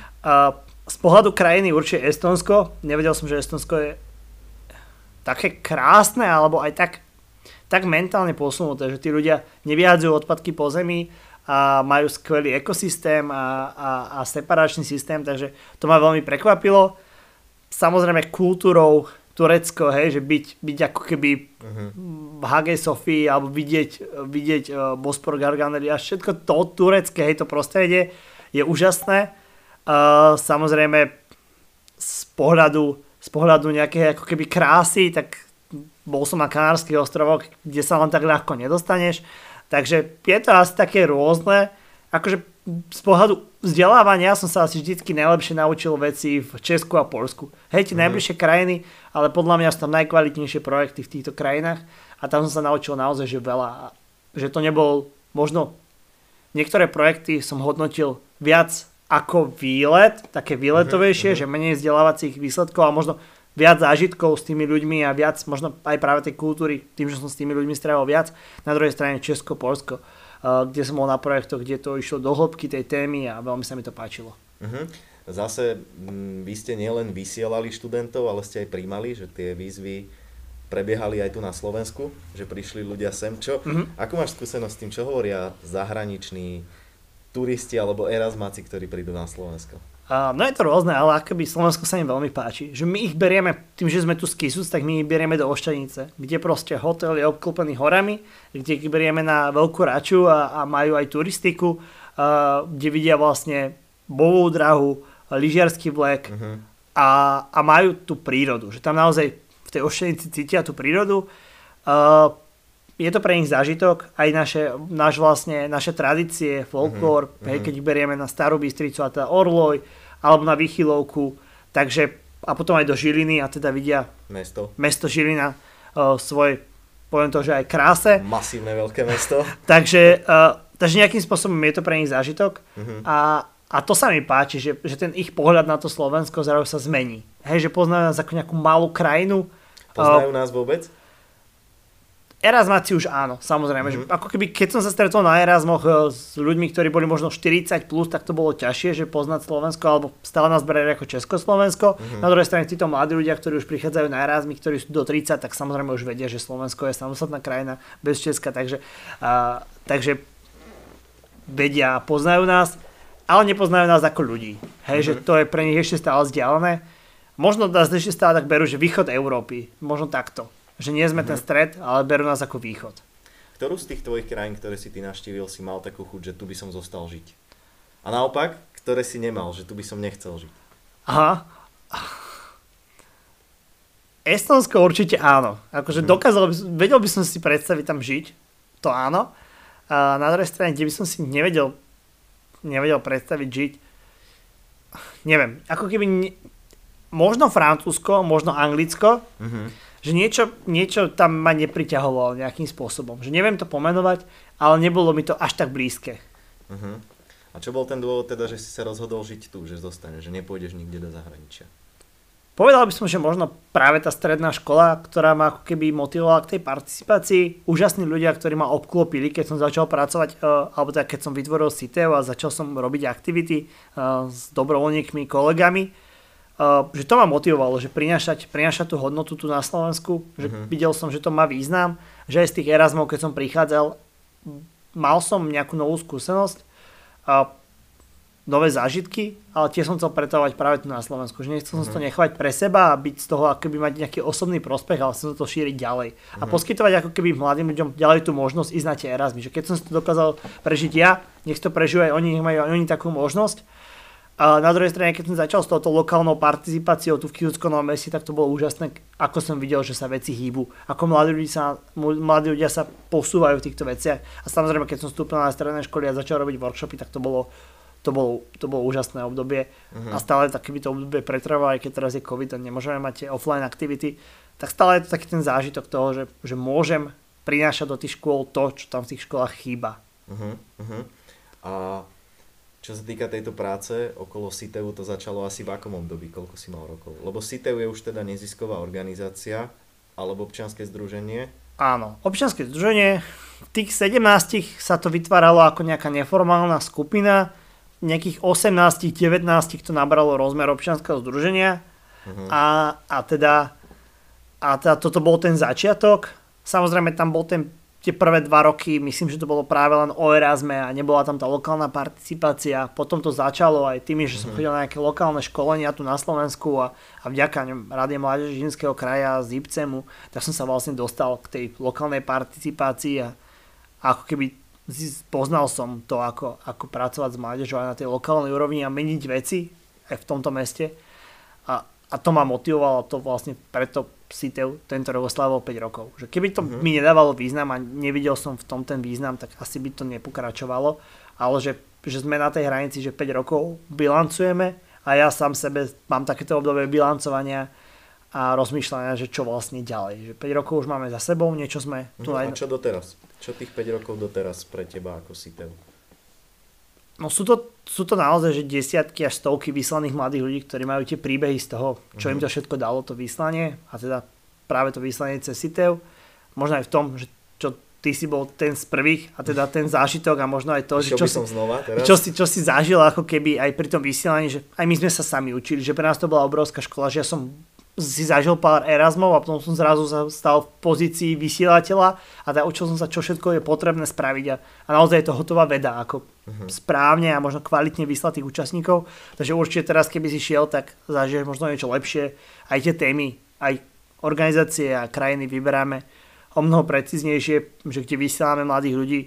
Z pohľadu krajiny určite Estonsko. Nevedel som, že Estonsko je také krásne, alebo aj tak mentálne posunuté, že tí ľudia nevyhadzujú odpadky po zemi a majú skvelý ekosystém a separačný systém, takže to ma veľmi prekvapilo. Samozrejme kultúrou Turecko, hej, že byť ako keby v Hage Sofii alebo vidieť Bospor Garganelli a všetko to turecké, hej, to prostredie je úžasné. Samozrejme z pohľadu nejakej ako keby krásy, tak bol som na Kanárskych ostrovoch, kde sa len tak ľahko nedostaneš. Takže je to asi také rôzne. Akože z pohľadu vzdelávania som sa asi vždycky najlepšie naučil veci v Česku a Poľsku. Hej, tie najbližšie krajiny, ale podľa mňa sú tam najkvalitnejšie projekty v týchto krajinách a tam som sa naučil naozaj, že veľa. Že to nebol, možno niektoré projekty som hodnotil viac ako výlet, také výletovejšie, že menej vzdelávacích výsledkov a možno viac zážitkov s tými ľuďmi a viac možno aj práve tej kultúry, tým, že som s tými ľuďmi strávil viac. Na druhej strane Česko, Poľsko, kde som bol na projektoch, kde to išlo do hĺbky tej témy a veľmi sa mi to páčilo. Zase vy ste nielen vysielali študentov, ale ste aj prijímali, že tie výzvy prebiehali aj tu na Slovensku, že prišli ľudia sem. Ako máš skúsenosť s tým, čo hovoria zahraniční turisti alebo erasmáci, ktorí prídu na Slovensko? No je to rôzne, ale akoby Slovensko sa im veľmi páči. Že my ich berieme, tým, že sme tu z Kisuc, tak my ich berieme do Ošťanice, kde proste hotel je obklopený horami, kde ich berieme na veľkú raču a majú aj turistiku, kde vidia vlastne bovú drahu, lyžiarsky vlek a majú tú prírodu. Že tam naozaj v tej Ošťanici cítia tú prírodu. Je to pre nich zážitok, aj naše tradície, folklór, keď ich berieme na Starú Bystricu a teda Orloj, alebo na Výchylovku, takže a potom aj do Žiliny a teda vidia mesto Žilina svoje, poviem to, že aj kráse. Masívne veľké mesto. takže nejakým spôsobom je to pre nich zážitok a to sa mi páči, že ten ich pohľad na to Slovensko zrazu sa zmení. Hej, že poznajú nás ako nejakú malú krajinu. Poznajú nás vôbec? Erasmáci už áno, samozrejme. Že ako keby, keď som sa stretol na Erasmoch s ľuďmi, ktorí boli možno 40+, tak to bolo ťažšie, že poznať Slovensko, alebo stále nás brali ako Československo. Na druhej strane títo mladí ľudia, ktorí už prichádzajú na Erasmy, ktorí sú do 30, tak samozrejme už vedia, že Slovensko je samostatná krajina bez Česka, takže vedia a poznajú nás, ale nepoznajú nás ako ľudí. Hej, že to je pre nich ešte stále vzdialené. Možno nás ešte stále tak berú, že východ Európy, možno takto. Že nie sme ten stred, ale berú nás ako východ. Ktorú z tých tvojich krajín, ktoré si ty navštívil, si mal takú chuť, že tu by som zostal žiť? A naopak, ktoré si nemal, že tu by som nechcel žiť? Aha. Estonsko určite áno. Akože vedel by som si predstaviť tam žiť. To áno. A na druhej strane, kde by som si nevedel predstaviť žiť, neviem. Ako keby možno Francúzsko, možno Anglicko, že niečo tam ma nepriťahovalo nejakým spôsobom. Že neviem to pomenovať, ale nebolo mi to až tak blízke. A čo bol ten dôvod teda, že si sa rozhodol žiť tu, že zostaneš, že nepôjdeš nikde do zahraničia? Povedal by som, že možno práve tá stredná škola, ktorá ma ako keby motivovala k tej participácii, úžasní ľudia, ktorí ma obklopili, keď som začal pracovať, alebo teda keď som vytvoril CITEV a začal som robiť aktivity s dobrovoľníkmi, kolegami, že to ma motivovalo, že prinášať tú hodnotu tu na Slovensku, že videl som, že to má význam, že aj z tých Erasmov, keď som prichádzal, mal som nejakú novú skúsenosť, nové zážitky, ale tiež som chcel pretavovať práve tu na Slovensku, že nechcel som to nechávať pre seba a byť z toho akoby mať nejaký osobný prospech, ale chcem to šíriť ďalej a poskytovať ako keby mladým ľuďom ďalej tú možnosť ísť na tie Erasmy, že keď som si to dokázal prežiť ja, nech to prežijú aj oni, nech majú aj oni takú možnosť. A na druhej strane, keď som začal s touto lokálnou participáciou tu v Kysutskom Novom Meste, tak to bolo úžasné, ako som videl, že sa veci hýbu, ako mladí ľudia sa posúvajú v týchto veciach. A samozrejme, keď som vstúpil na stredné školy a začal robiť workshopy, tak to bolo úžasné obdobie. A stále takéto obdobie pretrvá, aj keď teraz je COVID a nemôžeme mať offline aktivity, tak stále je to taký ten zážitok toho, že môžem prinášať do tých škôl to, čo tam v tých školách chýba. A čo sa týka tejto práce okolo CITEVu, to začalo asi v akom období, koľko si mal rokov? Lebo CITEV je už teda nezisková organizácia, alebo občianske združenie? Áno, občianske združenie. V tých 17 sa to vytváralo ako nejaká neformálna skupina, nejakých 18-19 to nabralo rozmer občianskeho združenia a teda toto bol ten začiatok. Samozrejme tam bol tie prvé 2 roky, myslím, že to bolo práve len o Erasme a nebola tam tá lokálna participácia. Potom to začalo aj tým, že som chodil na nejaké lokálne školenia tu na Slovensku a vďaka Rade mládeže Žilinského kraja z IPCEMu, tak som sa vlastne dostal k tej lokálnej participácii a ako keby poznal som to, ako pracovať s mládežou aj na tej lokálnej úrovni a meniť veci aj v tomto meste. A to ma motivovalo, to vlastne preto CITEV tento rok oslavil 5 rokov. Že keby to mi nedávalo význam a nevidel som v tom ten význam, tak asi by to nepokračovalo. Ale že sme na tej hranici, že 5 rokov bilancujeme a ja sám sebe mám takéto obdobie bilancovania a rozmýšľania, že čo vlastne ďalej. Že 5 rokov už máme za sebou, niečo sme tu A čo doteraz? Čo tých 5 rokov doteraz pre teba ako CITEV? No sú to naozaj že desiatky až stovky vyslaných mladých ľudí, ktorí majú tie príbehy z toho, čo im to všetko dalo, to vyslanie, a teda práve to vyslanie cez CITEV. Možno aj v tom, že čo ty si bol ten z prvých a teda ten zážitok a možno aj to, že čo si zažil ako keby aj pri tom vysielaní, že aj my sme sa sami učili, že pre nás to bola obrovská škola, že ja som si zažil pár Erasmov a potom som zrazu stal v pozícii vysielateľa a teda učil som sa, čo všetko je potrebné spraviť a naozaj je to hotová veda, ako správne a možno kvalitne vyslať tých účastníkov. Takže určite teraz, keby si šiel, tak zažiješ možno niečo lepšie. Aj tie témy, aj organizácie a krajiny vyberáme o mnoho precíznejšie, že kde vysielame mladých ľudí.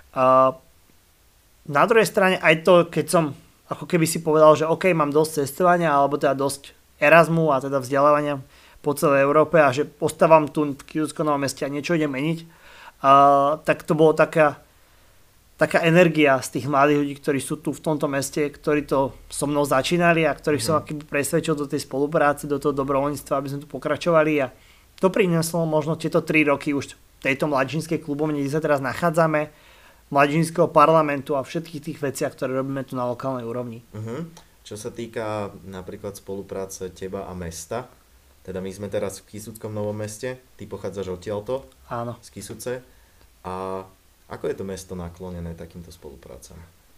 Na druhej strane aj to, keď som ako keby si povedal, že OK, mám dosť cestovania alebo teda dosť Erasmu a teda vzdelávania po celej Európe a že postávam tu v Kysutskom Novom Meste a niečo idem meniť, tak to bolo taká energia z tých mladých ľudí, ktorí sú tu v tomto meste, ktorí to so mnou začínali a ktorých som akýby presvedčil do tej spolupráce, do toho dobrovoľníctva, aby sme tu pokračovali a to prinieslo možno tieto 3 roky už tejto mladžinskej klubovne, kde sa teraz nachádzame, mladžinského parlamentu a všetkých tých veciach, ktoré robíme tu na lokálnej úrovni. Čo sa týka napríklad spolupráce teba a mesta, Teda my sme teraz v Kysuckom Novom Meste, ty pochádzaš odtiaľto, Áno. z Kysuce. A ako je to mesto naklonené takýmto spoluprácam?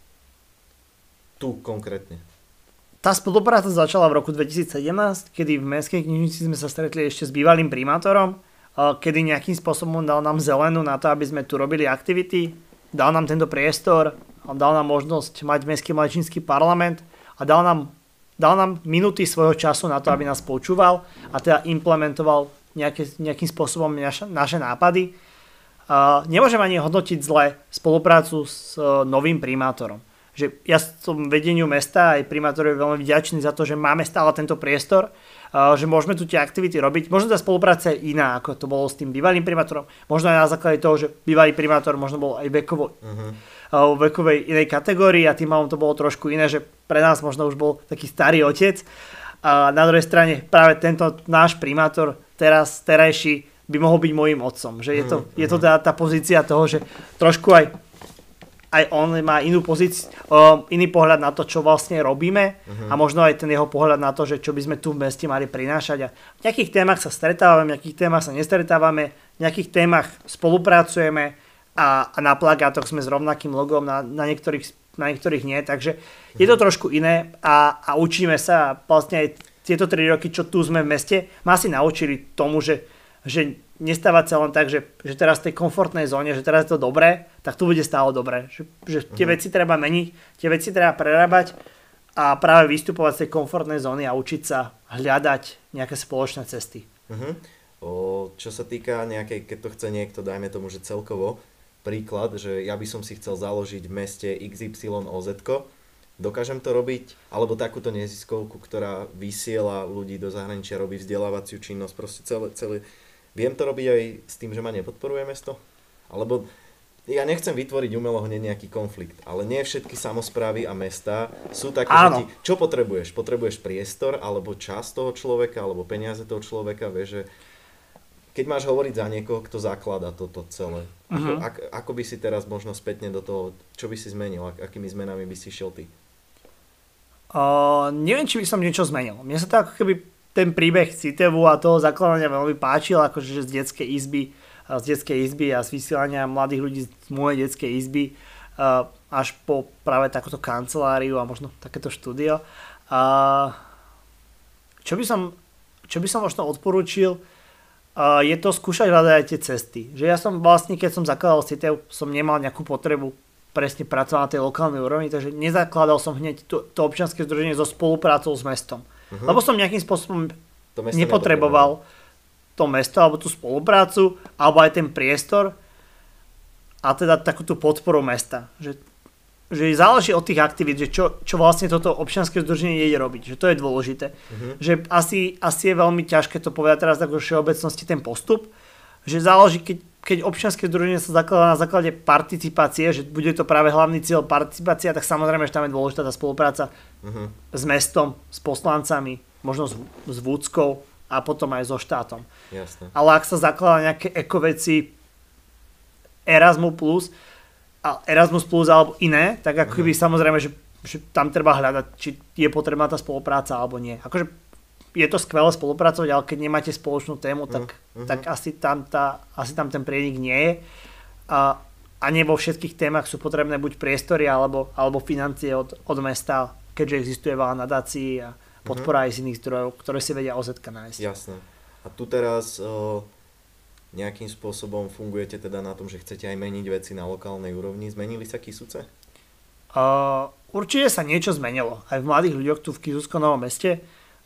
Tu konkrétne. Tá spolupráca začala v roku 2017, kedy v Mestskej knižnici sme sa stretli ešte s bývalým primátorom, kedy nejakým spôsobom dal nám zelenú na to, aby sme tu robili aktivity, dal nám tento priestor, dal nám možnosť mať Mestský mladíčnický parlament a dal nám minúty svojho času na to, aby nás počúval a teda implementoval nejakým spôsobom naše nápady. Nemôžem ani hodnotiť zle spoluprácu s novým primátorom. Že ja som vedeniu mesta aj primátorovi veľmi vďačný za to, že máme stále tento priestor, že môžeme tu tie aktivity robiť. Možno tá spolupráca je iná, ako to bolo s tým bývalým primátorom. Možno aj na základe toho, že bývalý primátor možno bol aj vekovej inej kategórii a tým to bolo trošku iné, že pre nás možno už bol taký starý otec. A na druhej strane práve tento náš primátor terajší by mohol byť môjim otcom. Že je to tá pozícia toho, že trošku aj on má inú pozíciu, iný pohľad na to, čo vlastne robíme a možno aj ten jeho pohľad na to, že čo by sme tu v meste mali prinášať. A v nejakých témach sa stretávame, v nejakých témach sa nestretávame, v nejakých témach spolupracujeme a na plagátoch sme s rovnakým logom, na niektorých nie. Takže je to trošku iné a učíme sa. Vlastne aj tieto 3 roky, čo tu sme v meste, ma si naučili tomu, že nestávať sa len tak, že teraz v tej komfortnej zóne, že teraz je to dobré, tak tu bude stále dobré. Že tie veci treba meniť, tie veci treba prerábať a práve vystupovať z tej komfortnej zóny a učiť sa hľadať nejaké spoločné cesty. Čo sa týka nejakej, keď to chce niekto, dajme tomu, že celkovo, príklad, že ja by som si chcel založiť v meste XYOZ, dokážem to robiť? Alebo takúto neziskovku, ktorá vysiela ľudí do zahraničia, robí vzdelávaciu činnosť, proste celé. Viem to robiť aj s tým, že ma nepodporuje mesto? Alebo ja nechcem vytvoriť umelo hneď nejaký konflikt, ale nie všetky samosprávy a mestá sú také, že čo potrebuješ? Potrebuješ priestor, alebo čas toho človeka, alebo peniaze toho človeka, vieš, že keď máš hovoriť za niekoho, kto zaklada toto celé, ako by si teraz možno spätne do toho, čo by si zmenil, akými zmenami by si šiel ty? Neviem, či by som niečo zmenil. Mne sa to ako keby ten príbeh Citevu a toho zakladania veľmi páčil, akože z detskej izby a z vysielania mladých ľudí z mojej detskej izby až po práve takúto kanceláriu a možno takéto štúdio. Čo by som možno odporúčil, je to skúšať hľadať aj tie cesty. Že ja som vlastne, keď som zakladal Citev, som nemal nejakú potrebu presne pracovať na tej lokálnej úrovni, takže nezakladal som hneď to občianske združenie so spoluprácou s mestom. Lebo som nejakým spôsobom nepotreboval to mesto, alebo tú spoluprácu, alebo aj ten priestor a teda takúto podporu mesta. Že záleží od tých aktivít, že čo vlastne toto občianske združenie ide robiť, že to je dôležité. Že asi je veľmi ťažké to povedať teraz tak vo všeobecnosti ten postup, že záleží, keď občianske združenie sa zakladá na základe participácie, že bude to práve hlavný cieľ participácia, tak samozrejme, že tam je dôležitá tá spolupráca s mestom, s poslancami, možno s Vúckou a potom aj so štátom. Jasne. Ale ak sa zakladá nejaké ekoveci Erasmus Plus alebo iné, tak ako by samozrejme, že tam treba hľadať, či je potrebná tá spolupráca alebo nie. Akože je to skvelé spolupracovať, ale keď nemáte spoločnú tému, tak asi tam ten prienik nie je. A nie vo všetkých témach sú potrebné buď priestory alebo financie od mesta, keďže existuje veľa nadácií a podpora aj z iných zdrojov, ktoré si vedia OZ nájsť. Jasné. A tu teraz nejakým spôsobom fungujete teda na tom, že chcete aj meniť veci na lokálnej úrovni. Zmenili sa Kysuce? Určite sa niečo zmenilo. Aj v mladých ľuďoch tu v Kysuckom Novom Meste.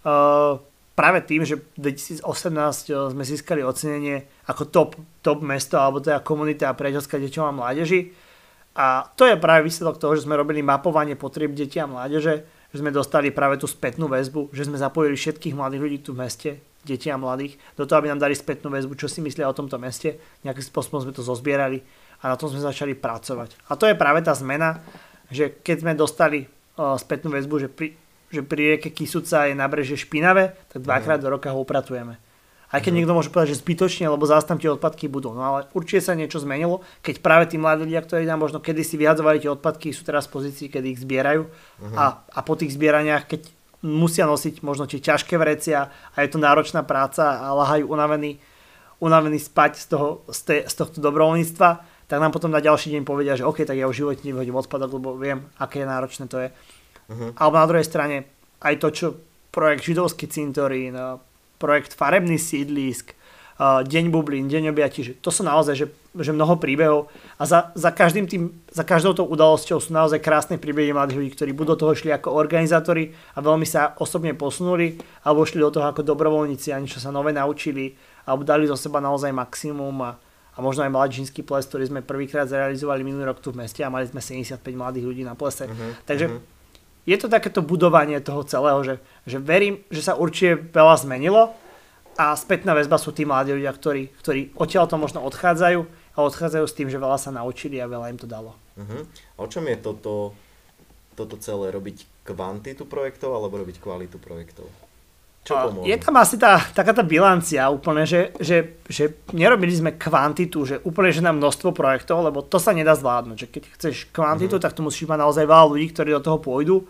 Práve tým, že v 2018 sme získali ocenenie ako top mesto, alebo teda komunita priateľská deťom a mládeži. A to je práve výsledok toho, že sme robili mapovanie potrieb detí a mládeže, že sme dostali práve tú spätnú väzbu, že sme zapojili všetkých mladých ľudí tu v meste, detí a mladých, do toho, aby nám dali spätnú väzbu, čo si myslia o tomto meste. Nejakým spôsobom sme to zozbierali a na tom sme začali pracovať. A to je práve tá zmena, že keď sme dostali spätnú väzbu, že pri rieke Kysuca je nábrežie špinavé, tak 2-krát do roka ho upratujeme. Aj keď niekto môže povedať, že zbytočne, lebo zás tam tie odpadky budú. No ale určite sa niečo zmenilo, keď práve tí mladí ľudia, ktorí nám možno kedysi vyhadzovali tie odpadky, sú teraz v pozícii, kedy ich zbierajú. A po tých zbieraniach, keď musia nosiť možno tie ťažké vrecia a je to náročná práca a lahajú unavení spať z tohto dobrovoľníctva, tak nám potom na ďalší deň povedia, že OK, tak ja už v živote nevyhodím odpadok, lebo viem, aké náročné to je. Alebo na druhej strane aj to, čo projekt Židovský cintorín, projekt Farebný sídlisk, Deň bublín, Deň objatí, že to sú naozaj že mnoho príbehov a za každou tou udalosťou sú naozaj krásne príbehy mladých ľudí, ktorí buď do toho šli ako organizátori a veľmi sa osobne posunuli, alebo šli do toho ako dobrovoľníci a niečo sa nové naučili, alebo dali zo seba naozaj maximum a možno aj mladíčinský ples, ktorý sme prvýkrát zrealizovali minulý rok tu v meste a mali sme 75 mladých ľudí na plese. Takže je to takéto budovanie toho celého, že verím, že sa určite veľa zmenilo a spätná väzba sú tí mladí ľudia, ktorí odtiaľ to možno odchádzajú a odchádzajú s tým, že veľa sa naučili a veľa im to dalo. O čom je toto celé? Robiť kvantitu projektov alebo robiť kvalitu projektov? Čo pomôže? Je tam asi taká tá bilancia úplne, že nerobili sme kvantitu, že úplne že na množstvo projektov, lebo to sa nedá zvládnuť. Že keď chceš kvantitu, tak tu musíš mať naozaj veľa ľudí, ktorí do toho pôjdu.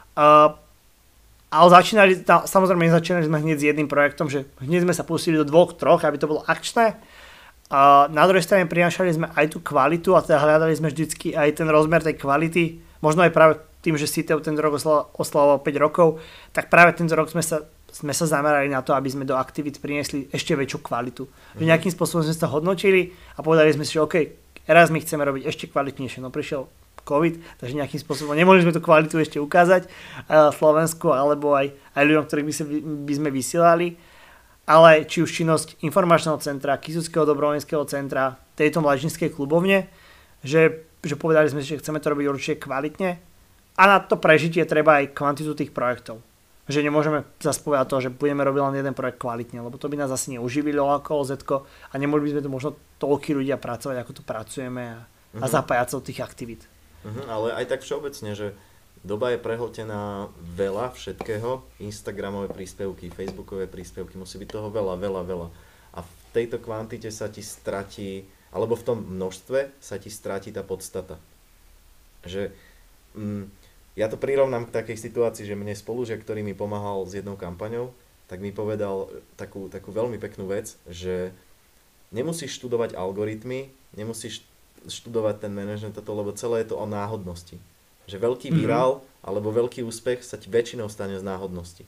Ale samozrejme začínali sme hneď s jedným projektom, že hneď sme sa pustili do 2-3, aby to bolo akčné. A na druhej strane prinášali sme aj tú kvalitu a teda hľadali sme vždycky aj ten rozmer tej kvality. Možno aj práve tým, že Citeo ten rok oslavoval 5 rokov, tak práve tento rok sme sa zamerali na to, aby sme do aktivít priniesli ešte väčšiu kvalitu. Že nejakým spôsobom sme sa hodnotili a povedali sme si, že OK, raz my chceme robiť ešte kvalitnejšie. No prišiel COVID, takže nejakým spôsobom nemohli sme tú kvalitu ešte ukázať Slovensku alebo aj ľuďom, ktorých by sme vysielali. Ale či už činnosť informačného centra, Kysuckého dobrovoľníckeho centra, tejto mladíčinskej klubovne, že povedali sme si, že chceme to robiť určite kvalitne a na to prežitie treba aj kvantitu tých projektov. Že nemôžeme zase povedať to, že budeme robiť len jeden projekt kvalitne, lebo to by nás asi neuživilo ako OZ-ko a nemohli by sme to možno toľkí ľudia pracovať, ako tu pracujeme a zapájať sa do tých aktivít. Ale aj tak všeobecne, že doba je prehltená veľa všetkého, Instagramové príspevky, Facebookové príspevky, musí byť toho veľa. A v tejto kvantite sa ti stratí, alebo v tom množstve sa ti stratí tá podstata. Že ja to prirovnám k takej situácii, že mne spolužiak, ktorý mi pomáhal s jednou kampaňou, tak mi povedal takú veľmi peknú vec, že nemusíš študovať algoritmy, nemusíš študovať ten manažment, lebo celé je to o náhodnosti. Že veľký virál alebo veľký úspech sa ti väčšinou stane z náhodnosti.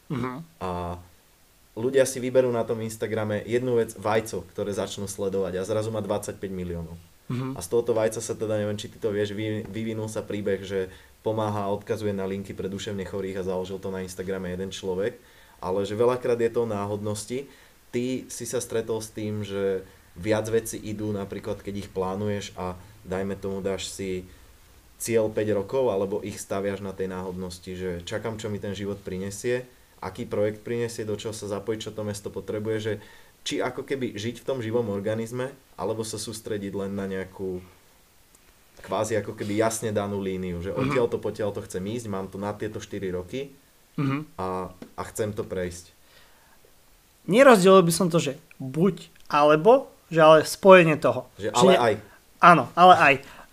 A ľudia si vyberú na tom Instagrame jednu vec, vajco, ktoré začnú sledovať a zrazu má 25 miliónov. A z tohoto vajca sa teda, neviem, či ty to vieš, vyvinul sa príbeh, že pomáha a odkazuje na linky pre duševne chorých a založil to na Instagrame jeden človek, ale že veľakrát je to o náhodnosti. Ty si sa stretol s tým, že viac veci idú, napríklad keď ich plánuješ a dajme tomu dáš si cieľ 5 rokov, alebo ich staviaš na tej náhodnosti, že čakám, čo mi ten život prinesie, aký projekt prinesie, do čoho sa zapojiť, čo to mesto potrebuje, že či ako keby žiť v tom živom organizme, alebo sa sústrediť len na nejakú kvázi ako keby jasne danú líniu, že odtiaľ to potiaľ to chcem ísť, mám to na tieto 4 roky a chcem to prejsť. Nerozdielil by som to, že buď alebo, že ale spojenie toho. Že ale aj. Áno, ale aj.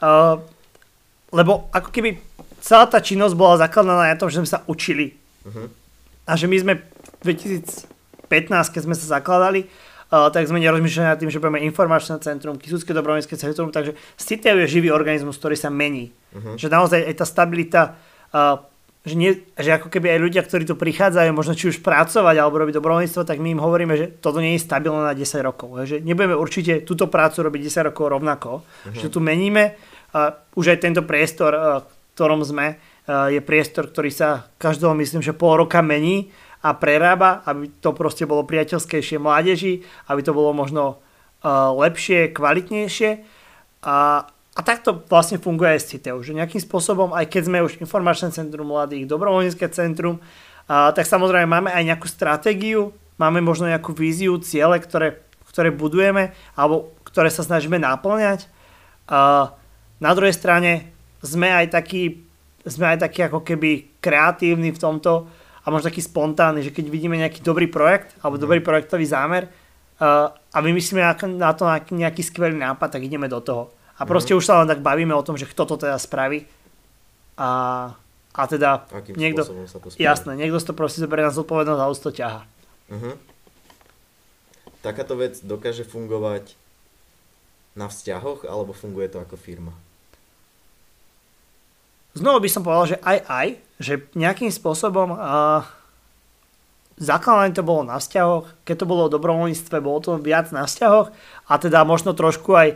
Lebo ako keby celá tá činnosť bola zakladaná na tom, že sme sa učili. A že my sme v 2015, keď sme sa zakladali, tak sme nerozmýšľali nad tým, že budeme informačné centrum, Kysucké dobrovoľnícke centrum, takže Citeo je živý organizmus, ktorý sa mení. Že naozaj aj tá stabilita, že ako keby aj ľudia, ktorí tu prichádzajú, možno či už pracovať alebo robiť dobrovoľníctvo, tak my im hovoríme, že toto nie je stabilné na 10 rokov. Že nebudeme určite túto prácu robiť 10 rokov rovnako. Že tu meníme. Už aj tento priestor, v ktorom sme, je priestor, ktorý sa každého, myslím, že pol roka mení a prerába, aby to proste bolo priateľskejšie mládeži, aby to bolo možno lepšie, kvalitnejšie. A takto vlastne funguje aj s Citeo, že nejakým spôsobom, aj keď sme už informačné centrum mladých, dobrovoľnícke centrum, tak samozrejme máme aj nejakú stratégiu, máme možno nejakú víziu, ciele, ktoré budujeme alebo ktoré sa snažíme naplňať. Na druhej strane sme aj takí ako keby kreatívni v tomto a možno taký spontánny, že keď vidíme nejaký dobrý projekt alebo dobrý projektový zámer a vymyslíme na to nejaký skvelý nápad, tak ideme do toho. A proste už sa len tak bavíme o tom, že kto to teda spraví a a teda Akým niekto, spôsobom sa to spraví? jasné, niekto si to proste zoberie na zodpovednosť a už to ťaha. Takáto vec dokáže fungovať na vzťahoch, alebo funguje to ako firma? Znovu by som povedal, že aj, že nejakým spôsobom zakladanie to bolo na vzťahoch, keď to bolo o dobrovoľníctve, bolo to viac na vzťahoch a teda možno trošku aj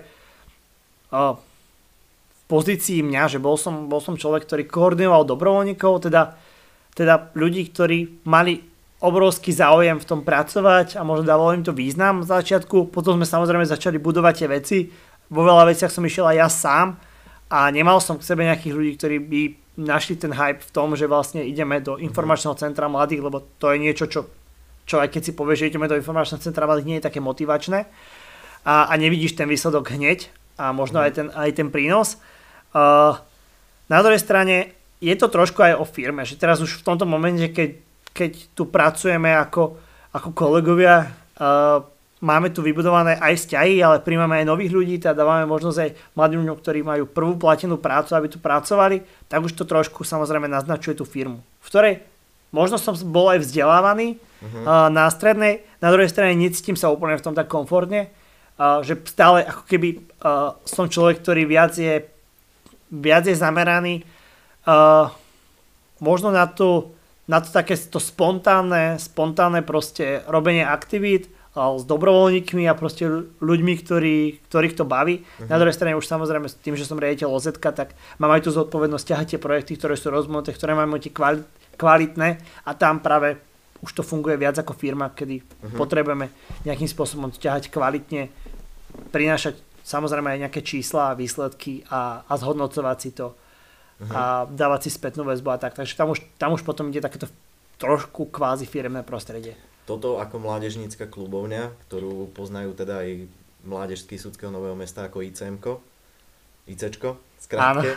v pozícii mňa, že bol som človek, ktorý koordinoval dobrovoľníkov, teda ľudí, ktorí mali obrovský záujem v tom pracovať a možno dávalo im to význam z začiatku. Potom sme samozrejme začali budovať tie veci. Vo veľa veciach som išiel aj ja sám a nemal som k sebe nejakých ľudí, ktorí by našli ten hype v tom, že vlastne ideme do informačného centra mladých, lebo to je niečo, čo aj keď si povieš, že ideme do informačného centra mladých, nie je také motivačné a nevidíš ten výsledok hneď a možno aj ten prínos. Na druhej strane je to trošku aj o firme, že teraz už v tomto momente, keď tu pracujeme ako kolegovia, máme tu vybudované aj vzťahy, ale príjmame aj nových ľudí, teda dávame možnosť aj mladým ľuďom, ktorí majú prvú platenú prácu, aby tu pracovali, tak už to trošku samozrejme naznačuje tú firmu, v ktorej možno som bol aj vzdelávaný na strednej, na druhej strane necítim sa úplne v tom tak komfortne, že stále ako keby som človek, ktorý viac je zameraný možno na to také to spontánne proste robenie aktivít s dobrovoľníkmi a proste ľuďmi, ktorých to baví. Na druhej strane už samozrejme s tým, že som riaditeľ OZ, tak mám aj tú zodpovednosť ťahať tie projekty, ktoré sú rozvinuté, ktoré máme tie kvalitné a tam práve už to funguje viac ako firma, kedy potrebujeme nejakým spôsobom ťahať kvalitne, prinášať samozrejme aj nejaké čísla a výsledky a zhodnocovať si to a dávať si spätnú väzbu a tak. Takže tam už potom ide takéto trošku kvázi firemné prostredie. Toto ako mládežnícka klubovňa, ktorú poznajú teda aj mládežský Sudského Nového Mesta ako ICMko, ICčko, skrátke.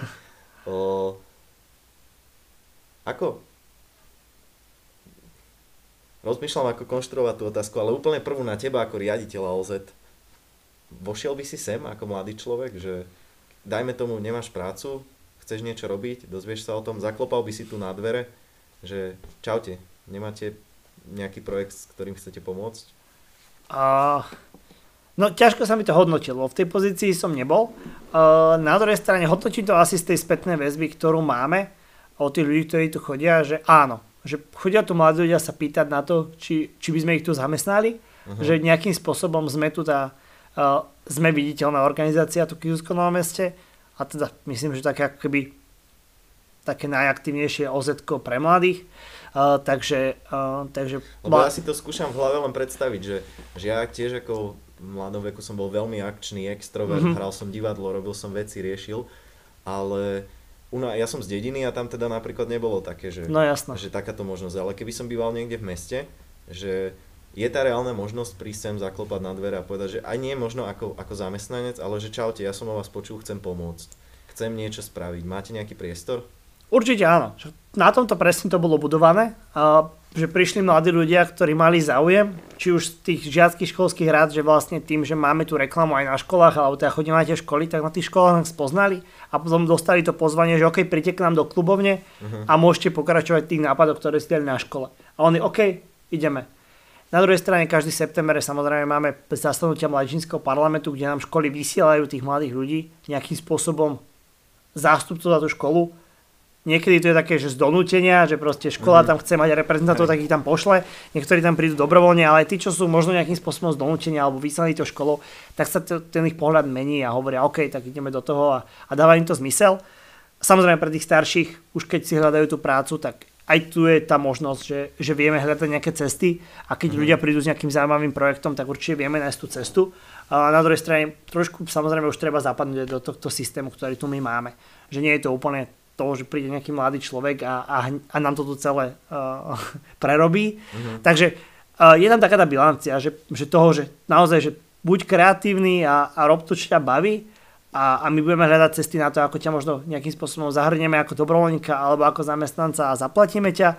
Ako? Rozmýšľam, ako konštruovať tú otázku, ale úplne prvú na teba ako riaditeľa OZ. Vošiel by si sem ako mladý človek, že dajme tomu, nemáš prácu, chceš niečo robiť, dozvieš sa o tom, zaklopal by si tu na dvere, že čaute, nemáte nejaký projekt, s ktorým chcete pomôcť? No ťažko sa mi to hodnotilo, v tej pozícii som nebol. Na druhej strane hodnotím to asi z tej spätnej väzby, ktorú máme od tých ľudí, ktorí tu chodia, že áno, že chodia tu mladí ľudia sa pýtať na to, či by sme ich tu zamestnali, že nejakým spôsobom sme tu sme viditeľná organizácia tu v Kisutskom Novom Meste a teda myslím, že také najaktívnejšie OZ-ko pre mladých. Takže lebo ja si to skúšam v hlave len predstaviť, že ja tiež ako v mladom veku som bol veľmi akčný, extrovert, hral som divadlo, robil som veci, riešil, ale ja som z dediny a tam teda napríklad nebolo také, že takáto možnosť, ale keby som býval niekde v meste, že je tá reálna možnosť prísť sem, zaklopať na dvere a povedať, že aj nie možno ako zamestnanec, ale že čaute, ja som o vás počul, chcem pomôcť, chcem niečo spraviť, máte nejaký priestor? Určite áno. Na tomto presne to bolo budované, že prišli mladí ľudia, ktorí mali záujem, či už z tých žiackých školských rád, že vlastne tým, že máme tu reklamu aj na školách, alebo teda chodíme na tie školy, tak na tých školách nás spoznali a potom dostali to pozvanie, že OK, príďte k nám do klubovne a môžete pokračovať v tých nápadoch, ktoré ste dali na škole. A oni OK, ideme. Na druhej strane každý september samozrejme máme zasadnutia mládežníckeho parlamentu, kde nám školy vysielajú tých mladých ľudí nejakým spôsobom zástupcov za tú školu. Niekedy to je také, že z donútenia, že proste škola tam chce mať reprezentantov, tak ich tam pošle. Niektorí tam prídu dobrovoľne, ale aj tí, čo sú možno nejakým spôsobom z donútenia alebo vyslaní to školou, tak sa ten ich pohľad mení a hovoria, OK, tak ideme do toho a dáva im to zmysel. Samozrejme pre tých starších, už keď si hľadajú tú prácu, tak aj tu je tá možnosť, že vieme hľadať nejaké cesty a keď ľudia prídu s nejakým zaujímavým projektom, tak určite vieme nájsť tú cestu. A na druhej strane trošku samozrejme už treba zapadnúť do tohto systému, ktorý tu my máme. Že nie je to úplne to, že príde nejaký mladý človek a nám to tu celé prerobí. Takže je tam taká tá bilancia, že naozaj, že buď kreatívny a rob to, čo ťa baví a my budeme hľadať cesty na to, ako ťa možno nejakým spôsobom zahrnieme ako dobrovoľníka alebo ako zamestnanca a zaplatíme ťa.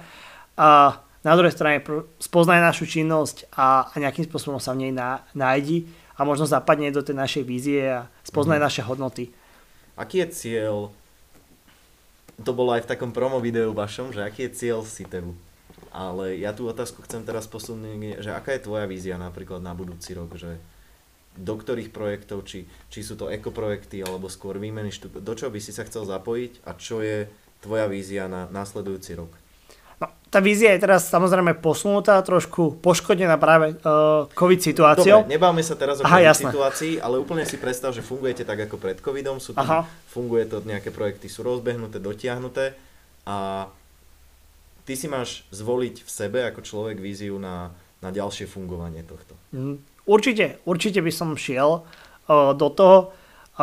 A na druhej strane spoznaj našu činnosť a nejakým spôsobom sa v nej nájdi a možno zapadne do tej našej vízie a spoznaj naše hodnoty. Aký je cieľ to bolo aj v takom promo videu vašom, že aký je cieľ Citevu. Ale ja tú otázku chcem teraz posunúť, že aká je tvoja vízia napríklad na budúci rok, že do ktorých projektov, či sú to ekoprojekty alebo skôr výmeny do čoho by si sa chcel zapojiť a čo je tvoja vízia na následujúci rok? No, tá vízia je teraz samozrejme posunutá, trošku poškodená práve COVID situáciou. Dobre, nebáme sa teraz o COVID situácii, ale úplne si predstav, že fungujete tak ako pred covidom, funguje to, nejaké projekty sú rozbehnuté, dotiahnuté a ty si máš zvoliť v sebe ako človek víziu na ďalšie fungovanie tohto. Určite by som šiel do toho.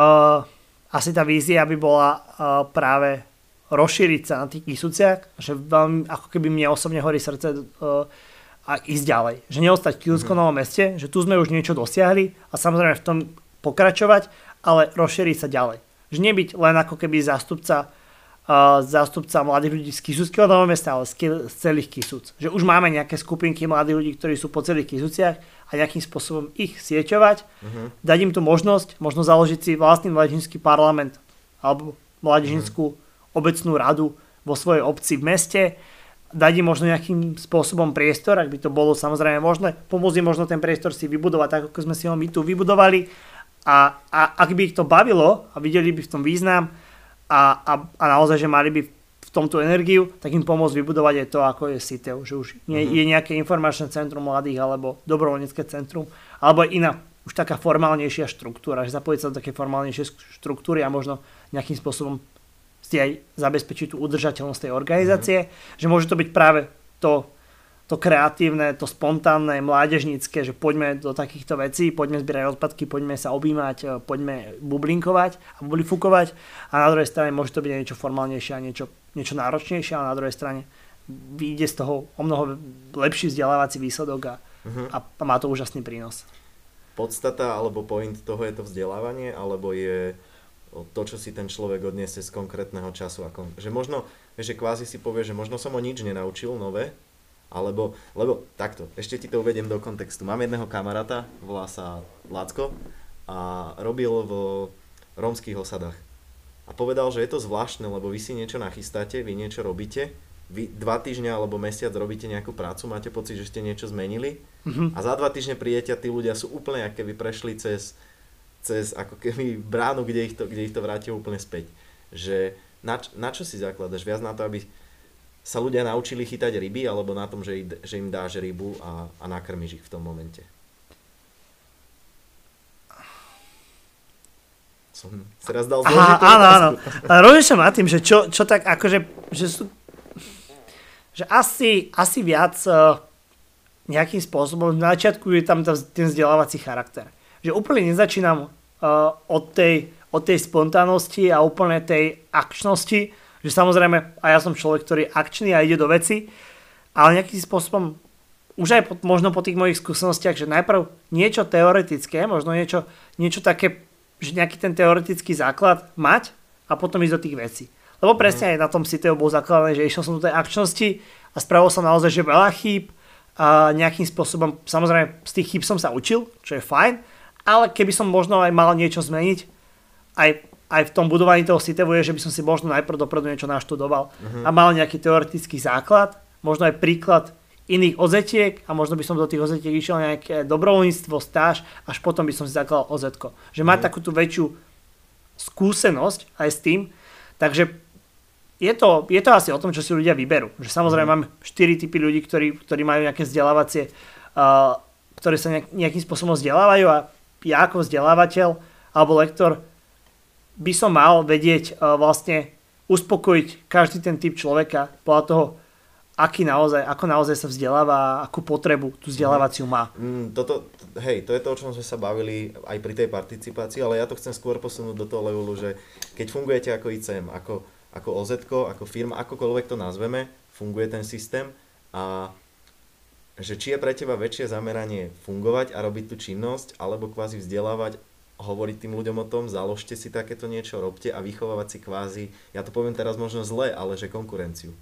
Asi tá vízia by bola práve rozšíriť sa na tých Kisúciach, že veľmi, ako keby mne osobne horí srdce a ísť ďalej. Že neostať v Kisúckom Novom Meste, že tu sme už niečo dosiahli a samozrejme v tom pokračovať, ale rozšíriť sa ďalej. Že nebyť len ako keby zástupca mladých ľudí z Kisúckeho Nového Mesta, ale z celých Kisúc. Že už máme nejaké skupinky mladých ľudí, ktorí sú po celých Kisúciach a nejakým spôsobom ich sieťovať, dať im tú možnosť, možno založiť si vlastný mládežnícky parlament alebo mládežnícku obecnú radu vo svojej obci v meste, dať im možno nejakým spôsobom priestor, ak by to bolo samozrejme možné, pomôcť im možno ten priestor si vybudovať tak, ako sme si ho my tu vybudovali a ak by ich to bavilo a videli by v tom význam a naozaj, že mali by v tomto energiu, tak im pomôcť vybudovať aj to, ako je Citev, že už je nejaké informačné centrum mladých alebo dobrovoľnícke centrum, alebo aj iná, už taká formálnejšia štruktúra, že zapojiť sa do také formálnejšie štruktúry a možno nejakým spôsobom si aj zabezpečiť tú udržateľnosť tej organizácie, že môže to byť práve to kreatívne, to spontánne, mládežnícke, že poďme do takýchto vecí, poďme zbierať odpadky, poďme sa objímať, poďme bublinkovať a bublifukovať a na druhej strane môže to byť niečo formálnejšie a niečo náročnejšie, ale na druhej strane vyjde z toho o mnoho lepší vzdelávací výsledok a má to úžasný prínos. Podstata alebo point toho je to vzdelávanie, alebo je to, čo si ten človek odniesie z konkrétneho času. Že možno, že kvázi si povie, že možno som ho nič nenaučil nové, lebo takto, ešte ti to uvediem do kontextu. Mám jedného kamaráta, volá sa Lacko a robil v rómskych osadách. A povedal, že je to zvláštne, lebo vy si niečo nachystáte, vy niečo robíte, vy 2 týždňa alebo mesiac robíte nejakú prácu, máte pocit, že ste niečo zmenili a za 2 týždne prídete a tí ľudia sú úplne, ako keby prešli cez ako keby bránu, kde ich to vráti úplne späť. Že na čo si zakladaš? Viac na to, aby sa ľudia naučili chytať ryby, alebo na tom, že im dáš rybu a nakrmiš ich v tom momente? Som si raz dal zložitú otázku. Áno. Rozmýšľam nad tým, že čo tak akože, že asi viac nejakým spôsobom, na začiatku je tam ten vzdelávací charakter. Že úplne nezačínam od tej spontánnosti a úplne tej akčnosti, že samozrejme, a ja som človek, ktorý je akčný a ide do veci, ale nejakým spôsobom, už aj možno po tých mojich skúsenostiach, že najprv niečo teoretické, možno niečo také, že nejaký ten teoretický základ mať a potom ísť do tých vecí. Lebo presne aj na tom Citeu bol zakladaný, že išiel som do tej akčnosti a spravil som naozaj, že veľa chýb a nejakým spôsobom, samozrejme z tých chýb som sa učil, čo je fajn, ale keby som možno aj mal niečo zmeniť, aj v tom budovaní toho Citevu je, že by som si možno najprv dopredu niečo naštudoval a mal nejaký teoretický základ, možno aj príklad iných OZ-tiek a možno by som do tých OZ-tiek išiel nejaké dobrovoľníctvo, stáž, až potom by som si zakladal OZ-ko. Že mať takú tú väčšiu skúsenosť aj s tým, takže je to asi o tom, čo si ľudia vyberú. Že samozrejme máme 4 typy ľudí, ktorí majú nejaké vzdelávacie, ktoré sa nejakým spôsobom vzdelávajú a ja ako vzdelávateľ alebo lektor by som mal vedieť vlastne uspokojiť každý ten typ človeka podľa toho, ako naozaj sa vzdeláva a akú potrebu tú vzdelávaciu má. To je to, o čom sme sa bavili aj pri tej participácii, ale ja to chcem skôr posunúť do toho levelu, že keď fungujete ako ICM, ako OZ-ko, ako firma, akokoľvek to nazveme, funguje ten systém a že či je pre teba väčšie zameranie fungovať a robiť tú činnosť, alebo kvázi vzdelávať, hovoriť tým ľuďom o tom, založte si takéto niečo, robte a vychovávať si kvázi, ja to poviem teraz možno zle, ale že konkurenciu.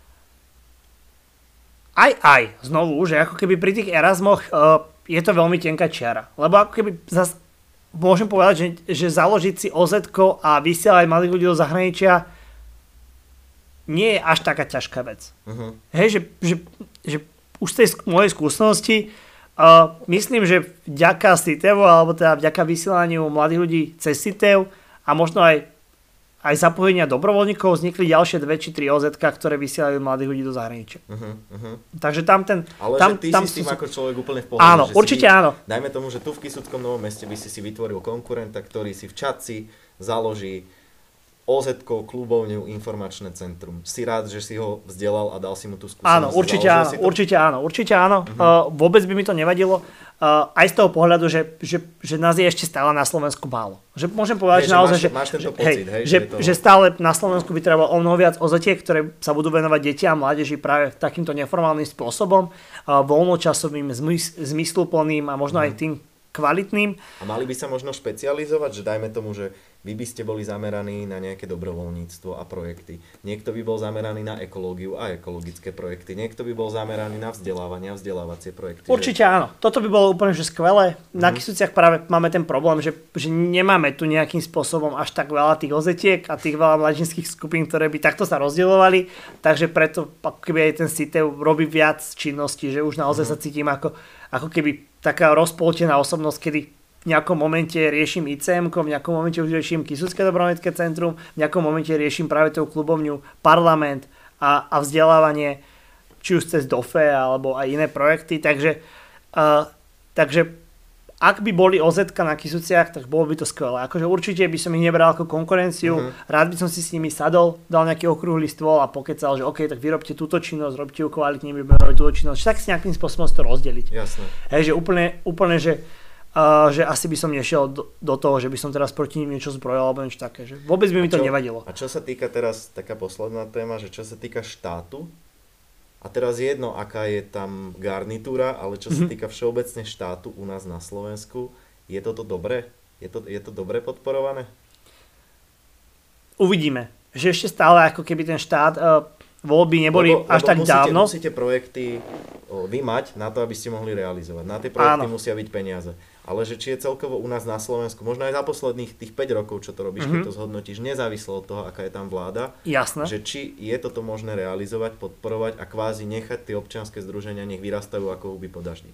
Aj, znovu, že ako keby pri tých Erasmoch je to veľmi tenká čiara. Lebo ako keby môžem povedať, že založiť si OZ-ko a vysielať malých ľudí do zahraničia nie je až taká ťažká vec. Hej, že už z tej mojej skúsenosti myslím, že vďaka Citevu, alebo teda vďaka vysielaniu mladých ľudí cez Citev a možno aj zapojenia dobrovoľníkov vznikli ďalšie 2 či 3 OZ, ktoré vysielajú mladých ľudí do zahraničia. Takže tam ten... Ale tam, že ty tam si s tým ako človek úplne v pohode. Áno, určite áno. Dajme tomu, že tu v Kysuckom Novom Meste by si vytvoril konkurenta, ktorý si v Čadci založí OZ-kou, klubovňu, informačné centrum. Si rád, že si ho vzdelal a dal si mu tú skúsenosť? Áno, určite áno. Vôbec by mi to nevadilo. Aj z toho pohľadu, že nás je ešte stále na Slovensku málo. Že môžem povedať, že naozaj, máš tento pocit, že stále na Slovensku by trebalo o mnoho viac OZ-tiek, ktoré sa budú venovať detiam a mládeži práve takýmto neformálnym spôsobom, voľnočasovým, zmysluplným a možno aj tým kvalitným. A mali by sa možno špecializovať, že dajme tomu, že vy by ste boli zameraní na nejaké dobrovoľníctvo a projekty. Niekto by bol zameraný na ekológiu a ekologické projekty. Niekto by bol zameraný na vzdelávanie a vzdelávacie projekty. Určite áno. Toto by bolo úplne že skvelé. Na Kysuciach práve máme ten problém, že nemáme tu nejakým spôsobom až tak veľa tých OZ-tiek a tých veľa mladžinských skupín, ktoré by takto sa rozdielovali. Takže preto ako keby aj ten Citev robí viac činností, že už naozaj sa cítim ako keby taká rozpoltená osobnosť, kedy v nejakom momente riešim ICM, v nejakom momente už riešim Kysucké dobrovoľnícke centrum, v nejakom momente riešim práve tú klubovňu Parlament a vzdelávanie, či už cez DOFE alebo aj iné projekty. Takže ak by boli OZ na Kysuciach, tak bolo by to skvelé. Akože určite by som ich nebral ako konkurenciu, rád by som si s nimi sadol, dal nejaký okrúhly stôl a pokecal, že OK, tak vyrobte túto činnosť, robte ju kvalitne, my budeme robiť túto činnosť, tak si nejakým spôsobom to rozdeliť. Jasné. Hej, že úplne že asi by som nešiel do toho, že by som teraz proti ním niečo zbrojil alebo niečo také, že vôbec by mi to nevadilo. A čo sa týka teraz, taká posledná téma, že čo sa týka štátu, a teraz jedno, aká je tam garnitúra, ale čo sa týka všeobecne štátu u nás na Slovensku, je toto dobré? Je to dobre podporované? Uvidíme. Že ešte stále ako keby ten štát, voľby neboli až tak dávno. Musíte projekty vymať na to, aby ste mohli realizovať. Na tie projekty musia byť peniaze. Ale že či je celkovo u nás na Slovensku, možno aj za posledných tých 5 rokov, čo to robíš, keď to zhodnotíš, nezávislo od toho, aká je tam vláda, jasné, že či je toto možné realizovať, podporovať a kvázi nechať tie občianske združenia, nech vyrastajú ako huby po daždi.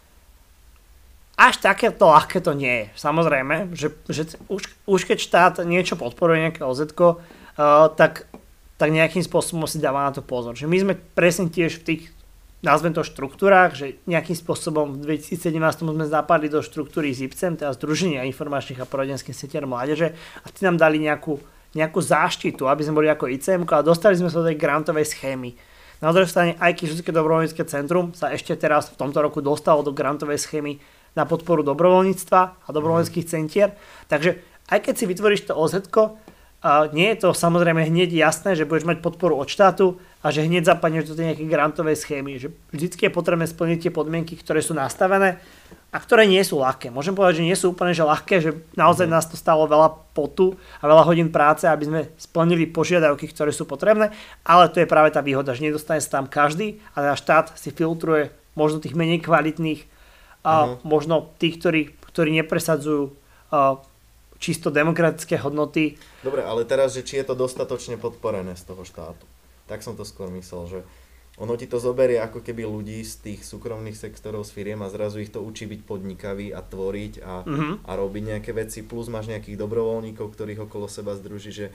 Až takéto ľahké to nie je. Samozrejme, že už keď štát niečo podporuje, nejaké OZ-ko, tak nejakým spôsobom si dáva na to pozor. Že my sme presne tiež v tých, nazvem to, štruktúrách, že nejakým spôsobom v 2017 sme zapadli do štruktúry ZIPCEM, teda Združenia informačných a poradenských centier mládeže, a tí nám dali nejakú záštitu, aby sme boli ako ICM a dostali sme sa do tej grantovej schémy. Na druhej strane aj Kysucké dobrovoľnícke centrum sa ešte teraz v tomto roku dostalo do grantovej schémy na podporu dobrovoľníctva a dobrovoľníckych centier. Takže aj keď si vytvoríš to OZ-ko, nie je to samozrejme hneď jasné, že budeš mať podporu od štátu a že hneď zapadneš do tej nejakej grantovej schémy. Že vždycky je potrebné splniť tie podmienky, ktoré sú nastavené a ktoré nie sú ľahké. Môžem povedať, že nie sú úplne že ľahké, že naozaj nás to stalo veľa potu a veľa hodín práce, aby sme splnili požiadavky, ktoré sú potrebné, ale to je práve tá výhoda, že nedostane sa tam každý, ale štát si filtruje možno tých menej kvalitných a možno tých, ktorí nepresadzujú čisto demokratické hodnoty. Dobre, ale teraz, že či je to dostatočne podporené z toho štátu. Tak som to skôr myslel, že ono ti to zoberie ako keby ľudí z tých súkromných sektorov z firiem a zrazu ich to učí byť podnikaví a tvoriť a robiť nejaké veci, plus máš nejakých dobrovoľníkov, ktorých okolo seba združí, že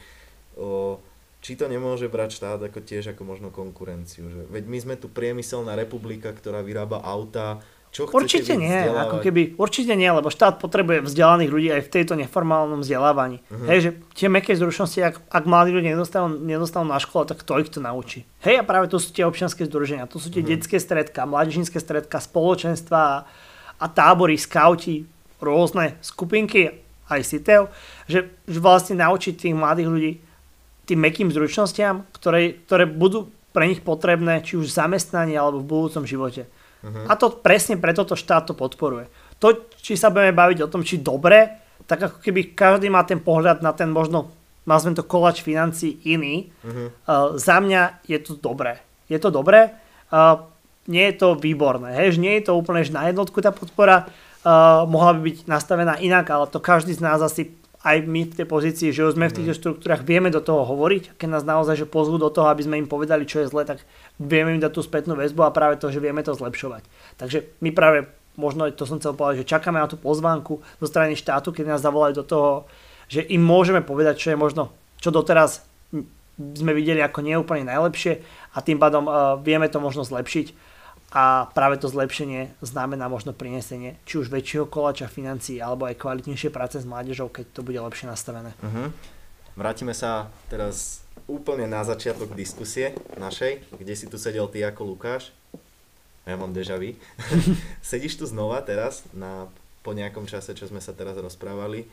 či to nemôže brať štát ako tiež ako možno konkurenciu. Že veď my sme tu priemyselná republika, ktorá vyrába autá. Určite nie, určite nie, lebo štát potrebuje vzdelaných ľudí aj v tejto neformálnom vzdelávaní. Hej, že tie mäkké zručnosti, ak mladí ľudia nedostanú na škole, tak kto ich to naučí. Hej, a práve tu sú tie občianske združenia, tu sú tie detské stredka, mládežnícke stredka, spoločenstva a tábory, skauti, rôzne skupinky, aj Citev, že vlastne naučiť tých mladých ľudí tým mäkkým zručnostiam, ktoré budú pre nich potrebné, či už v zamestnaní alebo v budúcom živote. A to presne preto to štát to podporuje. To, či sa budeme baviť o tom, či dobre, tak ako keby každý má ten pohľad na ten možno, nazvem to koláč financií iný. Za mňa je to dobré. Je to dobré, nie je to výborné. Hej? Nie je to úplne že na jednotku tá podpora, mohla by byť nastavená inak, ale to každý z nás asi aj my v tej pozícii, že už sme v týchto štruktúrach, vieme do toho hovoriť, keď nás naozaj že pozvú do toho, aby sme im povedali, čo je zle, tak vieme im dať tú spätnú väzbu a práve to, že vieme to zlepšovať. Takže my práve, možno to som chcel povedať, že čakáme na tú pozvánku zo strany štátu, keď nás zavolajú do toho, že im môžeme povedať, čo je možno, čo doteraz sme videli ako neúplne najlepšie a tým pádom vieme to možno zlepšiť. A práve to zlepšenie znamená možno prinesenie či už väčšieho koláča financií alebo aj kvalitnejšie práce s mládežou, keď to bude lepšie nastavené. Vrátime sa teraz úplne na začiatok diskusie našej, kde si tu sedel ty ako Lukáš. Ja mám déjà vu. Sedíš tu znova teraz po nejakom čase, čo sme sa teraz rozprávali.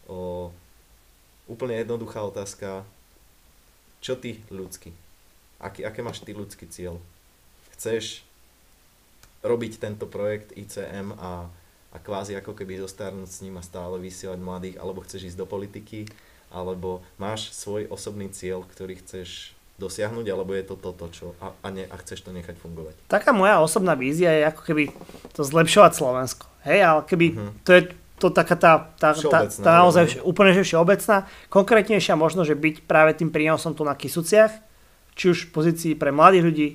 Úplne jednoduchá otázka. Čo ty ľudský? Aké máš ty ľudský cieľ? Chceš robiť tento projekt ICM a kvázi ako keby zostarnúť s ním a stále vysielať mladých, alebo chceš ísť do politiky, alebo máš svoj osobný cieľ, ktorý chceš dosiahnuť, alebo je to toto, čo a chceš to nechať fungovať? Taká moja osobná vízia je ako keby to zlepšovať Slovensko. Hej, ale keby to je to taká tá naozaj úplne všeobecná, konkrétnejšia možno, že byť práve tým prínosom tu na Kysuciach, či už v pozícii pre mladých ľudí,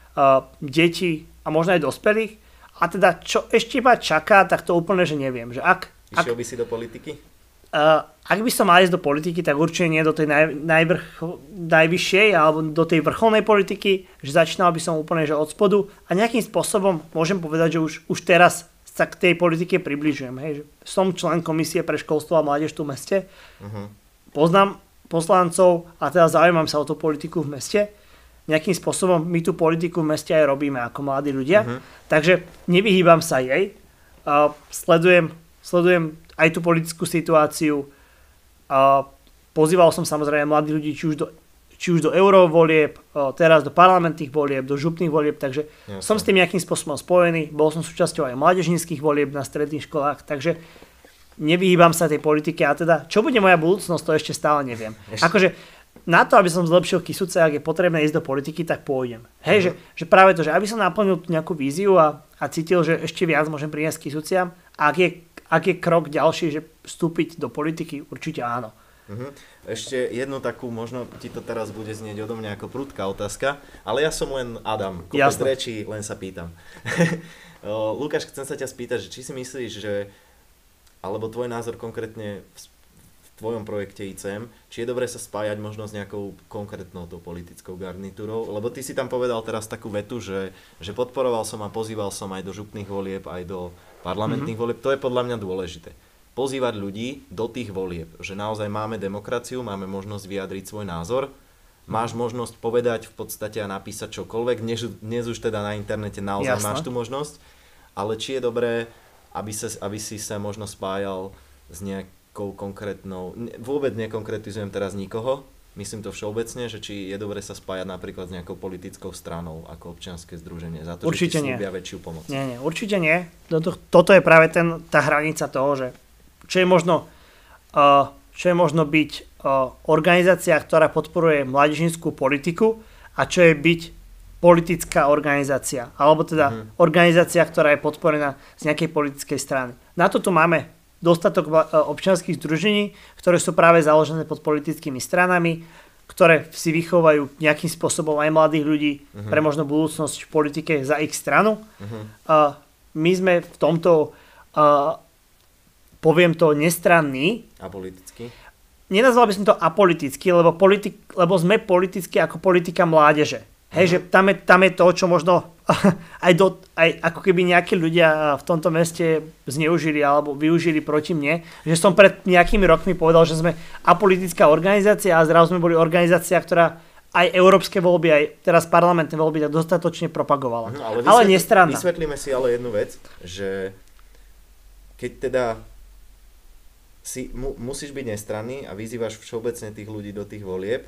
deti a možno aj dospelých. A teda, čo ešte iba čaká, tak to úplne, že neviem. Že Išiel by si do politiky? Ak by som mal ísť do politiky, tak určite nie do tej najvyššej alebo do tej vrcholnej politiky, že začínal by som úplne že od spodu a nejakým spôsobom môžem povedať, že už teraz sa k tej politike približujem. Hej. Že som člen komisie pre školstvo a mládež tu v meste. Poznám poslancov a teda zaujímam sa o tú politiku v meste. Nejakým spôsobom my tú politiku v meste aj robíme ako mladí ľudia. Takže nevyhýbam sa jej. Sledujem aj tú politickú situáciu. Pozýval som samozrejme mladých ľudí či už do eurovolieb, teraz do parlamentných volieb, do župných volieb, takže som s tým nejakým spôsobom spojený. Bol som súčasťou aj mládežníckych volieb na stredných školách, takže nevyhýbam sa tej politike a teda čo bude moja budúcnosť, to ešte stále neviem. Akože na to, aby som zlepšil Kysuce, ak je potrebné ísť do politiky, tak pôjdem. Hej, že práve to, že aby som naplnil nejakú víziu a cítil, že ešte viac môžem priniesť Kysuciam, a ak je krok ďalší, že vstúpiť do politiky, určite áno. Ešte jednu takú, možno ti to teraz bude znieť odo mňa ako prudká otázka, ale ja som len Adam, kopec rečí, len sa pýtam. Lukáš, chcem sa ťa spýtať, že či si myslíš, že, alebo tvoj názor konkrétne v tvojom projekte ICM, či je dobré sa spájať možno s nejakou konkrétnou tou politickou garnitúrou, lebo ty si tam povedal teraz takú vetu, že podporoval som a pozýval som aj do župných volieb, aj do parlamentných volieb, to je podľa mňa dôležité. Pozývať ľudí do tých volieb, že naozaj máme demokraciu, máme možnosť vyjadriť svoj názor, máš možnosť povedať v podstate a napísať čokoľvek, dnes už teda na internete naozaj máš tú možnosť, ale či je dobré, aby si sa možno spájal s nejakou konkrétnou, vôbec nekonkretizujem teraz nikoho, myslím to všeobecne, že či je dobré sa spájať napríklad s nejakou politickou stranou ako občianske združenie za to, určite že ti slúbia väčšiu pomoc. Nie, určite nie. Toto je práve tá hranica toho, že čo je možno byť organizácia, ktorá podporuje mládežnícku politiku a čo je byť politická organizácia. Alebo teda organizácia, ktorá je podporená z nejakej politickej strany. Na to tu máme dostatok občianskych združení, ktoré sú práve založené pod politickými stranami, ktoré si vychovajú nejakým spôsobom aj mladých ľudí pre možno budúcnosť v politike za ich stranu. My sme v tomto poviem to nestranný. Apolitický? Nenazval by som to apoliticky, lebo sme politicky ako politika mládeže. Hej, že tam je to, čo možno aj ako keby nejakí ľudia v tomto meste zneužili alebo využili proti mne. Že som pred nejakými rokmi povedal, že sme apolitická organizácia a zrazu sme boli organizácia, ktorá aj európske voľby, aj teraz parlamentné voľby tak dostatočne propagovala. Ale nestranná. Vysvetlíme si ale jednu vec, že keď teda musíš byť nestranný a vyzývaš všeobecne tých ľudí do tých volieb.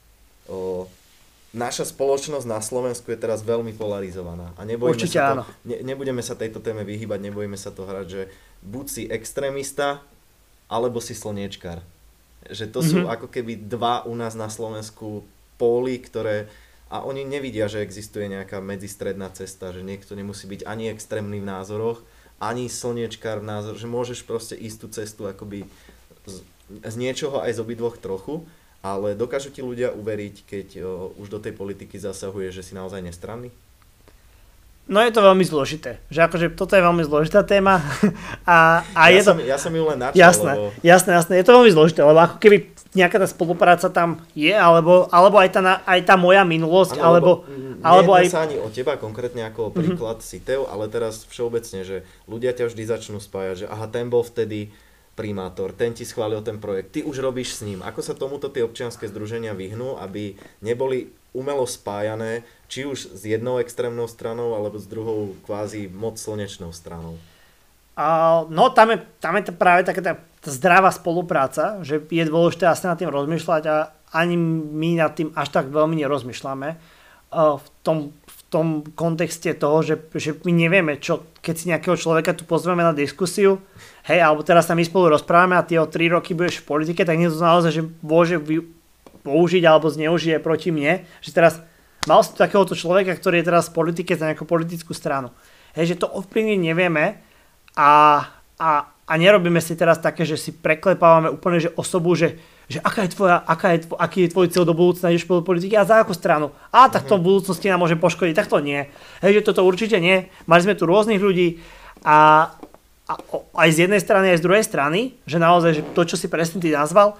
Naša spoločnosť na Slovensku je teraz veľmi polarizovaná a nebudeme sa tejto téme vyhýbať, nebojíme sa to hrať, že buď si extrémista, alebo si slniečkar. Že to sú ako keby dva u nás na Slovensku póly, ktoré a oni nevidia, že existuje nejaká medzistredná cesta, že niekto nemusí byť ani extrémny v názoroch, ani slniečkár názor, že môžeš proste ísť tú cestu akoby z niečoho aj z obidvoch trochu, ale dokážu ti ľudia uveriť, keď už do tej politiky zasahuje, že si naozaj nestranný? No je to veľmi zložité, že akože toto je veľmi zložitá téma ja som ju len načal, jasné, je to veľmi zložité, lebo ako keby nejaká tá spolupráca tam je, alebo aj tá moja minulosť, alebo aj... sa ani o teba konkrétne ako príklad Sitev, ale teraz všeobecne, že ľudia ťa vždy začnú spájať, že aha, ten bol vtedy primátor, ten ti schválil ten projekt, ty už robíš s ním. Ako sa tomuto tie občianske združenia vyhnú, aby neboli umelo spájané, či už s jednou extrémnou stranou, alebo s druhou kvázi moc slnečnou stranou? No tam je práve taká tá zdravá spolupráca, že je dôležité asi nad tým rozmýšľať a ani my nad tým až tak veľmi nerozmýšľame v tom kontexte toho, že my nevieme, čo, keď si nejakého človeka tu pozveme na diskusiu, hej, alebo teraz sa my spolu rozprávame a ty o 3 roky budeš v politike, tak nie je to naozaj, že môže použiť alebo zneužije proti mne, že teraz mal som takéhoto človeka, ktorý je teraz v politike za nejakú politickú stranu. Hej, že to ovplyvniť nevieme a nerobíme si teraz také, že si preklepávame úplne že osobu, že aký je tvoj cieľ do budúcna, ideš po politike a za akú stranu. Tak to v budúcnosti nám môže poškodiť, tak to nie. Hej, že toto určite nie. Mali sme tu rôznych ľudí a aj z jednej strany, aj z druhej strany, že naozaj, že to, čo si presne ty nazval,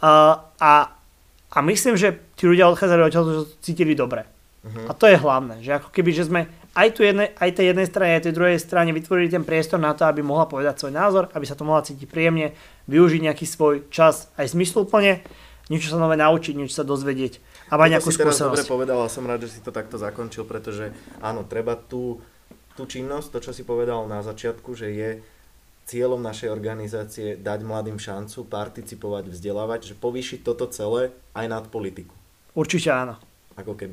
a myslím, že tí ľudia odchádzali od toho, že cítili dobre. A to je hlavné, že ako keby, že sme aj tej jednej strane, aj tej druhej strane vytvorili ten priestor na to, aby mohla povedať svoj názor, aby sa to mohla cítiť príjemne, využiť nejaký svoj čas aj zmysluplne, niečo sa nové naučiť, niečo sa dozvedieť a mať nejakú skúsenosť. Teraz dobre povedal a som rád, že si to takto zakončil, pretože áno, treba tú činnosť, to čo si povedal na začiatku, že je cieľom našej organizácie dať mladým šancu, participovať, vzdelávať, že povýšiť toto celé aj nad politiku. Určite áno. Ako keby.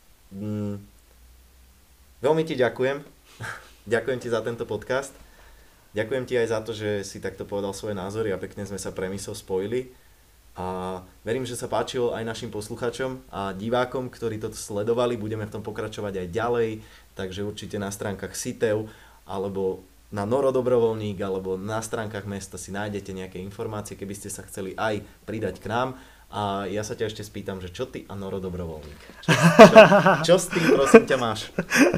Veľmi ti ďakujem. Ďakujem ti za tento podcast. Ďakujem ti aj za to, že si takto povedal svoje názory a pekne sme sa premysel spojili. A verím, že sa páčilo aj našim posluchačom a divákom, ktorí toto sledovali. Budeme v tom pokračovať aj ďalej, takže určite na stránkach Sitev alebo na Noro Dobrovoľník alebo na stránkach mesta si nájdete nejaké informácie, keby ste sa chceli aj pridať k nám. A ja sa ťa ešte spýtam, že čo ty a Noro Dobrovoľník? Čo s tým, prosím ťa, máš?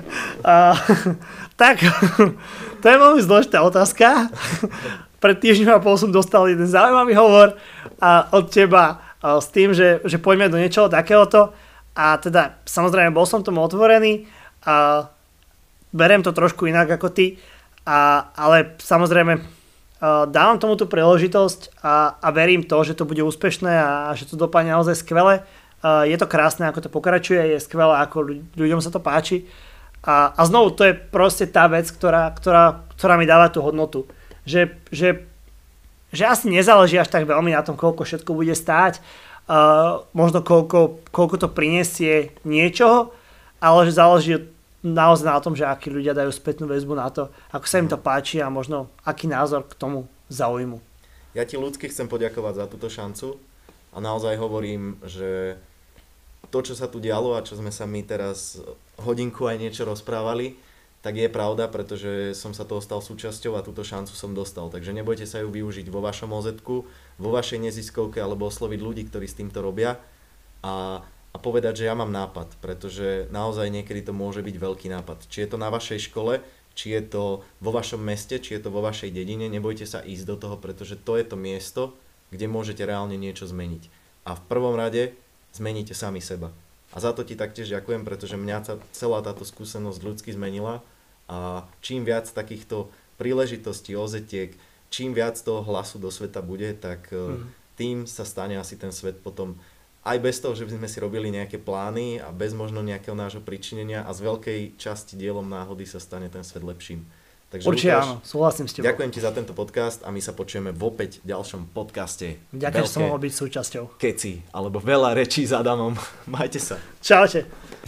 Tak, to je veľmi zložitá otázka. Pred týždňom a pol som dostal jeden zaujímavý hovor od teba s tým, že poďme do niečoho takéhoto. A teda, samozrejme, bol som tomu otvorený a beriem to trošku inak ako ty. Ale samozrejme dávam tomu tú príležitosť a verím to, že to bude úspešné a že to dopadne naozaj skvele. Je to krásne, ako to pokračuje, je skvelé, ako ľuďom sa to páči. A znovu, to je proste tá vec, ktorá mi dáva tú hodnotu. Že asi nezáleží až tak veľmi na tom, koľko všetko bude stáť, možno koľko to prinesie niečoho, ale že záleží naozaj na tom, že akí ľudia dajú spätnú väzbu na to, ako sa im to páči a možno aký názor k tomu zaujmu. Ja ti ľudsky chcem poďakovať za túto šancu a naozaj hovorím, že to, čo sa tu dialo a čo sme sa my teraz hodinku aj niečo rozprávali, tak je pravda, pretože som sa toho stal súčasťou a túto šancu som dostal. Takže nebojte sa ju využiť vo vašom OZ-ku, vo vašej neziskovke alebo osloviť ľudí, ktorí s týmto robia a povedať, že ja mám nápad, pretože naozaj niekedy to môže byť veľký nápad. Či je to na vašej škole, či je to vo vašom meste, či je to vo vašej dedine, nebojte sa ísť do toho, pretože to je to miesto, kde môžete reálne niečo zmeniť. A v prvom rade zmeníte sami seba. A za to ti taktiež ďakujem, pretože mňa celá táto skúsenosť ľudsky zmenila a čím viac takýchto príležitostí, OZ-tiek, čím viac toho hlasu do sveta bude, tak tým sa stane asi ten svet potom aj bez toho, že by sme si robili nejaké plány a bez možno nejakého nášho pričinenia a z veľkej časti dielom náhody sa stane ten svet lepším. Takže určite Lukáš, áno, súhlasím s tebou. Ďakujem ti za tento podcast a my sa počujeme v opäť ďalšom podcaste. Ďakujem, že som mohol byť súčasťou. Keci, alebo veľa rečí s Adamom. Majte sa. Čaute.